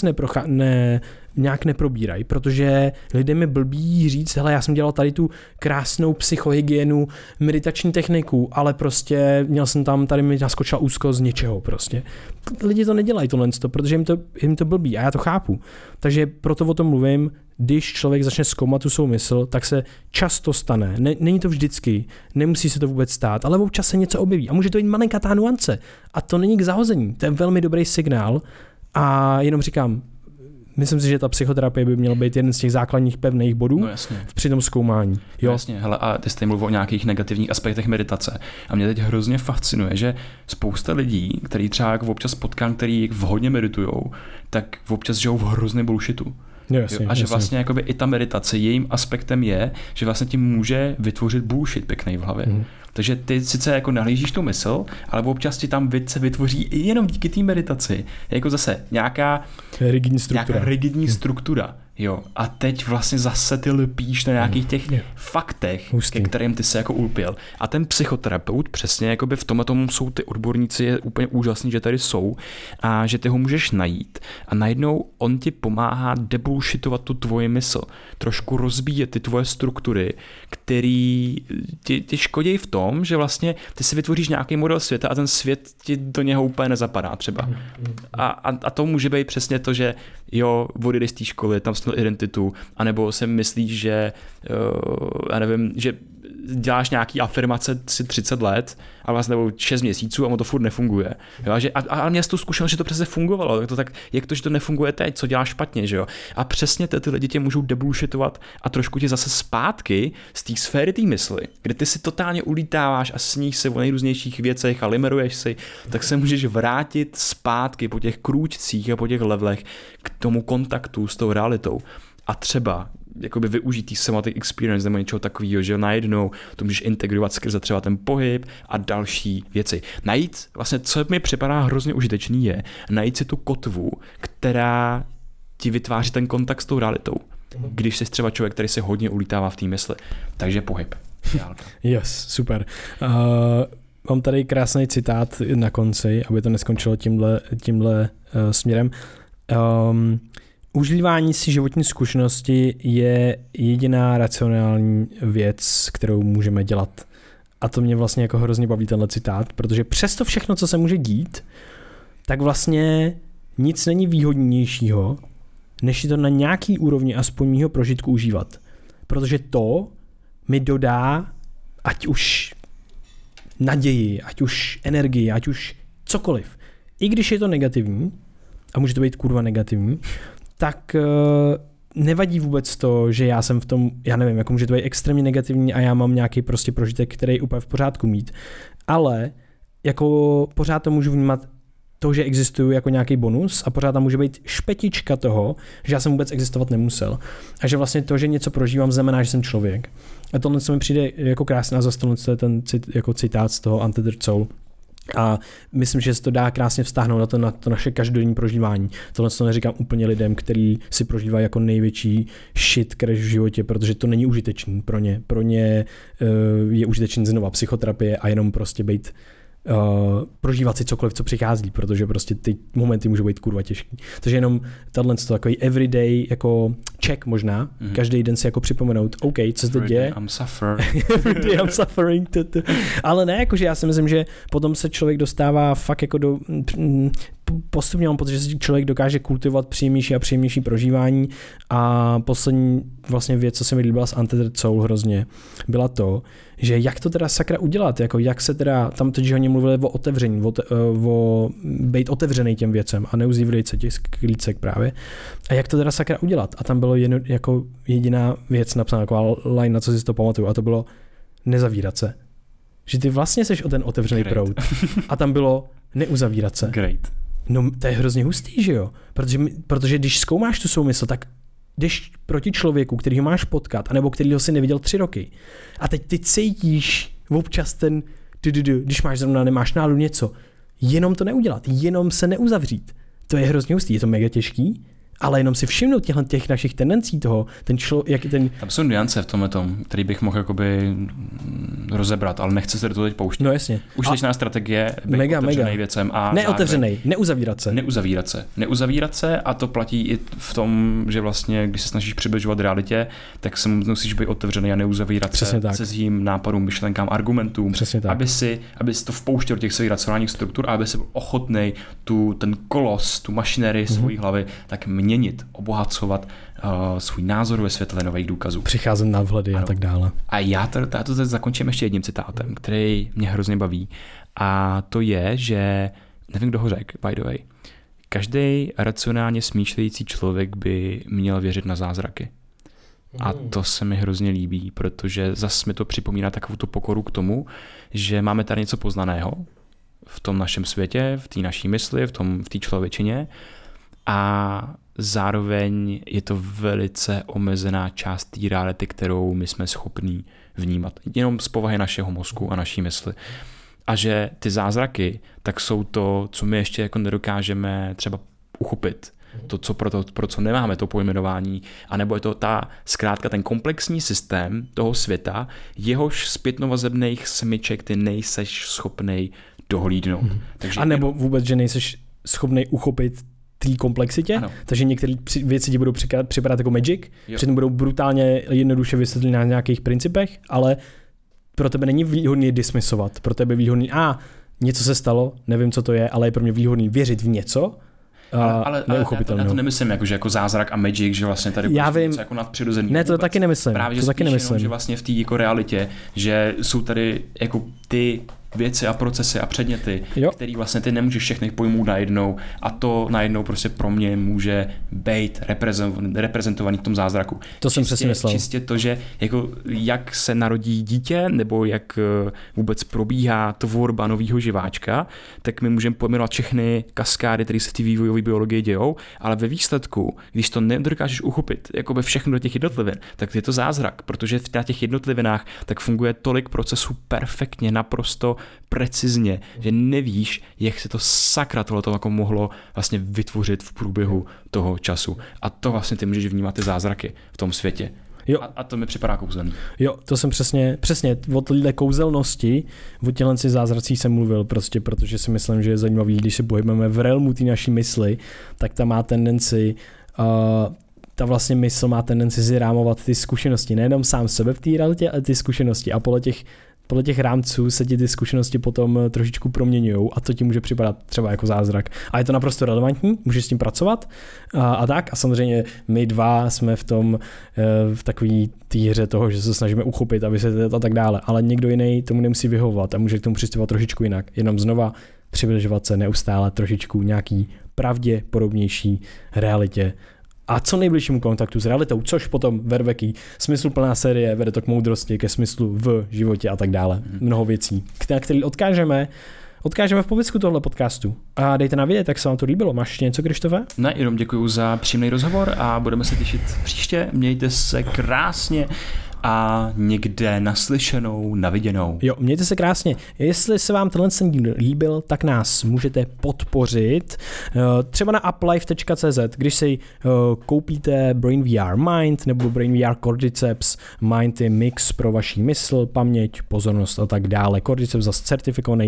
nějak neprobírají, protože lidem je blbý říct, hele, já jsem dělal tady tu krásnou psychohygienu, meditační techniku, ale prostě měl jsem tady mi naskočila úzkost z něčeho prostě. Lidi to nedělají tohle, protože jim to blbý a já to chápu. Takže proto o tom mluvím, když člověk začne zkoumat tu svou mysl, tak se často stane. Není to vždycky, nemusí se to vůbec stát, ale občas se něco objeví a může to být malinkatá nuance. A to není k zahození, to je velmi dobrý signál a jenom říkám, myslím si, že ta psychoterapie by měla být jeden z těch základních pevných bodů při tom zkoumání. Jo? No jasně, hele, a ty jste mluvil o nějakých negativních aspektech meditace. A mě teď hrozně fascinuje, že spousta lidí, který třeba občas potkám, který hodně meditujou, tak občas žijou v hrozném bullshitu. Jasně, a že vlastně jakoby i ta meditace, jejím aspektem je, že vlastně ti může vytvořit bullshit pěknej v hlavě. Takže ty sice jako nahlížíš tu mysl, ale občas ti tam se vytvoří i jenom díky té meditaci. Jako zase nějaká rigidní struktura. Jo. A teď vlastně zase ty lpíš na nějakých těch faktech, ke kterým ty se jako ulpěl. A ten psychoterapeut přesně jakoby v tomhle tomu jsou ty odborníci, je úplně úžasný, že tady jsou a že ty ho můžeš najít. A najednou on ti pomáhá debullshitovat tu tvoji mysl. Trošku rozbíjet ty tvoje struktury, který ti škodí v tom, že vlastně ty si vytvoříš nějaký model světa a ten svět ti do něho úplně nezapadá třeba. A to může být přesně to, že jo, odejdeš z té školy, tam jsi měl identitu, anebo si myslíš, že já nevím, že děláš nějaký afirmace 30 let a vlastně nebo 6 měsíců a mu to furt nefunguje. Jo? A měl jsi tu zkušenost, že to přesně fungovalo. Jak to, že to nefunguje teď, co děláš špatně, že jo? A přesně ty lidi tě můžou debullshitovat a trošku tě zase zpátky z té sféry té mysli, kde ty si totálně ulítáváš a sníš si o nejrůznějších věcech a limeruješ si, tak se můžeš vrátit zpátky po těch krůčcích a po těch levelech k tomu kontaktu s tou realitou. A třeba jakoby využít tý somatic experience nebo něčeho takového, že najednou to můžeš integrovat skrze třeba ten pohyb a další věci. Najít, vlastně co mi připadá hrozně užitečný je, najít si tu kotvu, která ti vytváří ten kontakt s tou realitou. Když jsi třeba člověk, který se hodně ulítává v té mysli. Takže pohyb. Yes, super. Mám tady krásný citát na konci, aby to neskončilo tímhle směrem. Užívání si životní zkušenosti je jediná racionální věc, kterou můžeme dělat. A to mě vlastně jako hrozně baví tenhle citát, protože přesto všechno, co se může dít, tak vlastně nic není výhodnějšího, než si to na nějaký úrovni aspoň mýho prožitku užívat. Protože to mi dodá, ať už naději, ať už energii, ať už cokoliv. I když je to negativní, a může to být kurva negativní, tak nevadí vůbec to, že já jsem v tom, já nevím, jako může to být extrémně negativní a já mám nějaký prostě prožitek, který je úplně v pořádku mít, ale jako pořád to můžu vnímat to, že existuju jako nějaký bonus a pořád tam může být špetička toho, že já jsem vůbec existovat nemusel a že vlastně to, že něco prožívám, znamená, že jsem člověk. A tohle mi přijde jako krásná, zase to je ten jako citát z toho Untethered Soul. A myslím, že se to dá krásně vztáhnout na to naše každodenní prožívání. Tohle to neříkám úplně lidem, kteří si prožívají jako největší shit crash v životě, protože to není užitečný pro ně. Pro ně je užitečný znova psychoterapie a jenom prostě být prožívat si cokoliv, co přichází, protože prostě ty momenty můžou být kurva těžký. Takže jenom tenhle takový everyday jako check možná, každý den si jako připomenout, OK, co se to děje. Everyday I'm suffering. Ale ne, jakože já si myslím, že potom se člověk dostává fakt jako do postupně mám pocit, že se člověk dokáže kultivovat příjemnější a příjemnější prožívání a poslední vlastně věc, co se mi líbila z Untethered Soul hrozně, byla to, že jak to teda sakra udělat, jako jak se teda, tam totiž hodně mluvili o otevření, o být otevřený těm věcem a neuzavírat se těch sklícek právě. A jak to teda sakra udělat? A tam bylo jako jediná věc napsaná, taková line, na co si to pamatuju, a to bylo nezavírat se. Že ty vlastně seš o ten otevřený proud. A tam bylo neuzavírat se. Great. No to je hrozně hustý, že jo? Protože když zkoumáš tu soumysl, tak jdeš proti člověku, kterýho máš potkat, anebo kterýho si neviděl 3 roky. A teď ty cítíš občas ten, když máš zrovna, nemáš náladu něco, jenom to neudělat, jenom se neuzavřít. To je hrozně hustý, je to mega těžký, ale jenom si všimnout těch našich tendencí toho, Tam jsou nuance v tomhletom, který bych mohl jakoby rozebrat, ale nechci se do toho teď pouštět. No jasně. Užitečná strategie, být otevřený věcem a neotevřený, neuzavírat se. Neuzavírat se a to platí i v tom, že vlastně, když se snažíš přibližovat realitě, tak se musíš být otevřený a neuzavírat přesně se se svým nápadům, myšlenkám, argumentům, aby si to vpouštěl do těch svých racionálních struktur a aby si byl ochotnej ten kolos, tu mašinérii svojí hlavy, tak měnit, obohacovat svůj názor ve světle nových důkazů. Přicházet na vhledy a tak dále. A já to zakončím ještě jedním citátem, který mě hrozně baví. A to je, že, nevím, kdo ho řekl, by the way, každý racionálně smýšlející člověk by měl věřit na zázraky. A to se mi hrozně líbí, protože zase mi to připomíná takovou tu pokoru k tomu, že máme tady něco poznaného v tom našem světě, v té naší mysli, v té člověčině a zároveň je to velice omezená část té reality, kterou my jsme schopní vnímat. Jenom z povahy našeho mozku a naší mysli. A že ty zázraky, tak jsou to, co my ještě jako nedokážeme třeba uchopit. To, co pro co nemáme to pojmenování, anebo je to zkrátka ten komplexní systém toho světa, jehož zpětnovazebných smyček ty nejseš schopnej dohlídnout. Takže a nebo vůbec, že nejseš schopnej uchopit té komplexitě, ano. Takže některé věci ti budou připadat jako magic, přitom budou brutálně jednoduše vysvětleny na nějakých principech, ale pro tebe není výhodný dismisovat, pro tebe výhodný, něco se stalo, nevím, co to je, ale je pro mě výhodný věřit v něco, ale já to nemyslím jako zázrak a magic, že vlastně tady já vím, něco jako nadpřirozený. Ne, to vůbec. Taky nemyslím. Právě, to taky nemyslím. Jenom, že vlastně v té jako realitě, že jsou tady jako ty věci a procesy a předměty, který vlastně ty nemůžeš všechny pojmout najednou a to najednou prostě pro mě může být reprezentovaný v tom zázraku. To jsem přesně myslel. Čistě to, že jako jak se narodí dítě nebo jak vůbec probíhá tvorba nového živáčka, tak my můžeme pojmenovat všechny kaskády, které se v té vývojové biologii dějou, ale ve výsledku, když to nedokážeš uchopit, jako by všechno do těch jednotlivin, tak je to zázrak, protože na těch jednotlivinách tak funguje tolik procesů perfektně, naprosto precizně, že nevíš, jak se to sakra tohleto jako mohlo vlastně vytvořit v průběhu toho času. A to vlastně ty můžeš vnímat ty zázraky v tom světě. Jo. A to mi připadá kouzelný. Jo, to jsem přesně o téhle kouzelnosti, o těchto zázracích jsem mluvil prostě, protože si myslím, že je zajímavý, když se pohybujeme v realmu té naší mysli, tak ta má tendenci ta vlastně mysl má tendenci si rámovat ty zkušenosti, nejenom sám sebe v té realitě, ale ty zkušenosti a podle těch rámců se ti ty zkušenosti potom trošičku proměňují a to ti může připadat třeba jako zázrak. A je to naprosto relevantní, můžeš s tím pracovat a tak. A samozřejmě my dva jsme v takový té hře toho, že se snažíme uchopit a vysvětlit a tak dále. Ale někdo jiný tomu nemusí vyhovovat a může k tomu přistupovat trošičku jinak. Jenom znova přibližovat se neustále trošičku nějaký pravděpodobnější realitě a co nejbližšímu kontaktu s realitou, což potom vede k smysluplná série, vede to k moudrosti, ke smyslu v životě a tak dále. Mnoho věcí, které odkážeme v popisku tohle podcastu. A dejte nám vědět, jak se vám to líbilo. Máš něco, Krištofe? Ne, jenom děkuju za příjemný rozhovor a budeme se těšit příště. Mějte se krásně a někde naslyšenou, naviděnou. Jo, mějte se krásně. Jestli se vám tenhle díl líbil, tak nás můžete podpořit třeba na uplife.cz, když si koupíte Brain VR Mind nebo Brain VR Cordyceps. Mind je mix pro vaši mysl, paměť, pozornost a tak dále. Cordyceps zase certifikovaný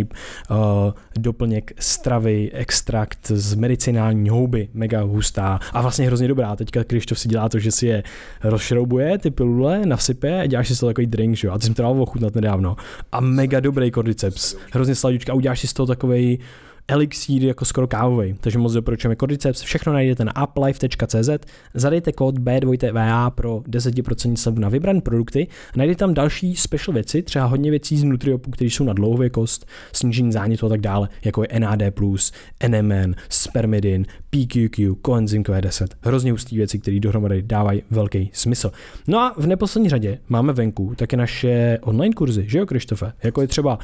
doplněk stravy, extrakt z medicinální houby, mega hustá a vlastně hrozně dobrá. Teďka Krištof si dělá to, že si je rozšroubuje, ty pilule, nasype a děláš si z toho takový drink, že jo? A ty jsem to dal ochutnat nedávno. A mega dobrý Cordyceps. Hrozně sladučka a uděláš si z toho takovej elixír jako skoro kávovej. Takže moc doporučujeme Cordyceps. Všechno najdete na uplife.cz. Zadejte kód B2VA pro 10% slevu na vybrané produkty. Najdete tam další special věci, třeba hodně věcí z Nutriopu, které jsou na dlouhověkost, snížení zánětu a tak dále, jako je NAD+, NMN, Spermidin, PQQ, Coenzym Q10. Hrozně hustý věci, které dohromady dávají velký smysl. No a v neposlední řadě máme venku také naše online kurzy, že jo, Krištofe? Jako je třeba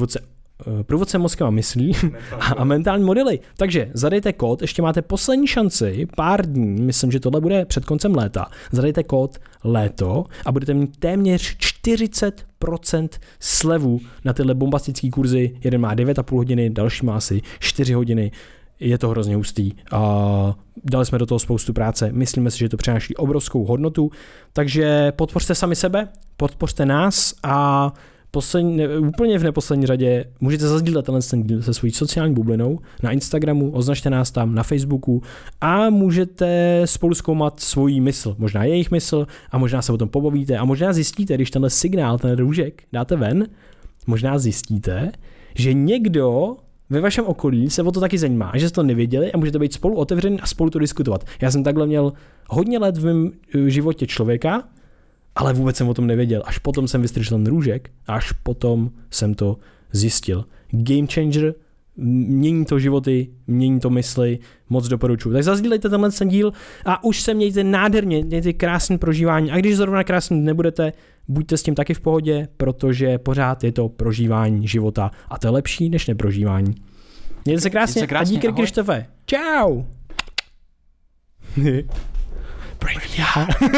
průvodce mozkem a myslí a mentální modely. Takže zadejte kód, ještě máte poslední šanci, pár dní, myslím, že tohle bude před koncem léta. Zadejte kód léto a budete mít téměř 40% slevu na tyhle bombastické kurzy. Jeden má 9,5 hodiny, další má asi 4 hodiny. Je to hrozně hustý. Dali jsme do toho spoustu práce. Myslíme si, že to přináší obrovskou hodnotu. Takže podpořte sami sebe, podpořte nás a úplně v neposlední řadě můžete zazdílet ten díl se svojí sociální bublinou na Instagramu, označte nás tam na Facebooku a můžete spolu zkoumat svoji mysl, možná jejich mysl a možná se o tom pobavíte a možná zjistíte, když tenhle signál, ten růžek dáte ven, možná zjistíte, že někdo ve vašem okolí se o to taky zajímá, že jste to nevěděli a můžete být spolu otevřený a spolu to diskutovat. Já jsem takhle měl hodně let v mém životě člověka, ale vůbec jsem o tom nevěděl. Až potom jsem vystřešil ten růžek a až potom jsem to zjistil. Game changer, mění to životy, mění to mysli, moc doporučuji. Tak zazdílejte tenhle díl a už se mějte nádherně, mějte krásné prožívání. A když zrovna krásný nebudete, buďte s tím taky v pohodě, protože pořád je to prožívání života a to je lepší než neprožívání. Mějte se krásně a díky, Krištofe. Čau! Brain VR.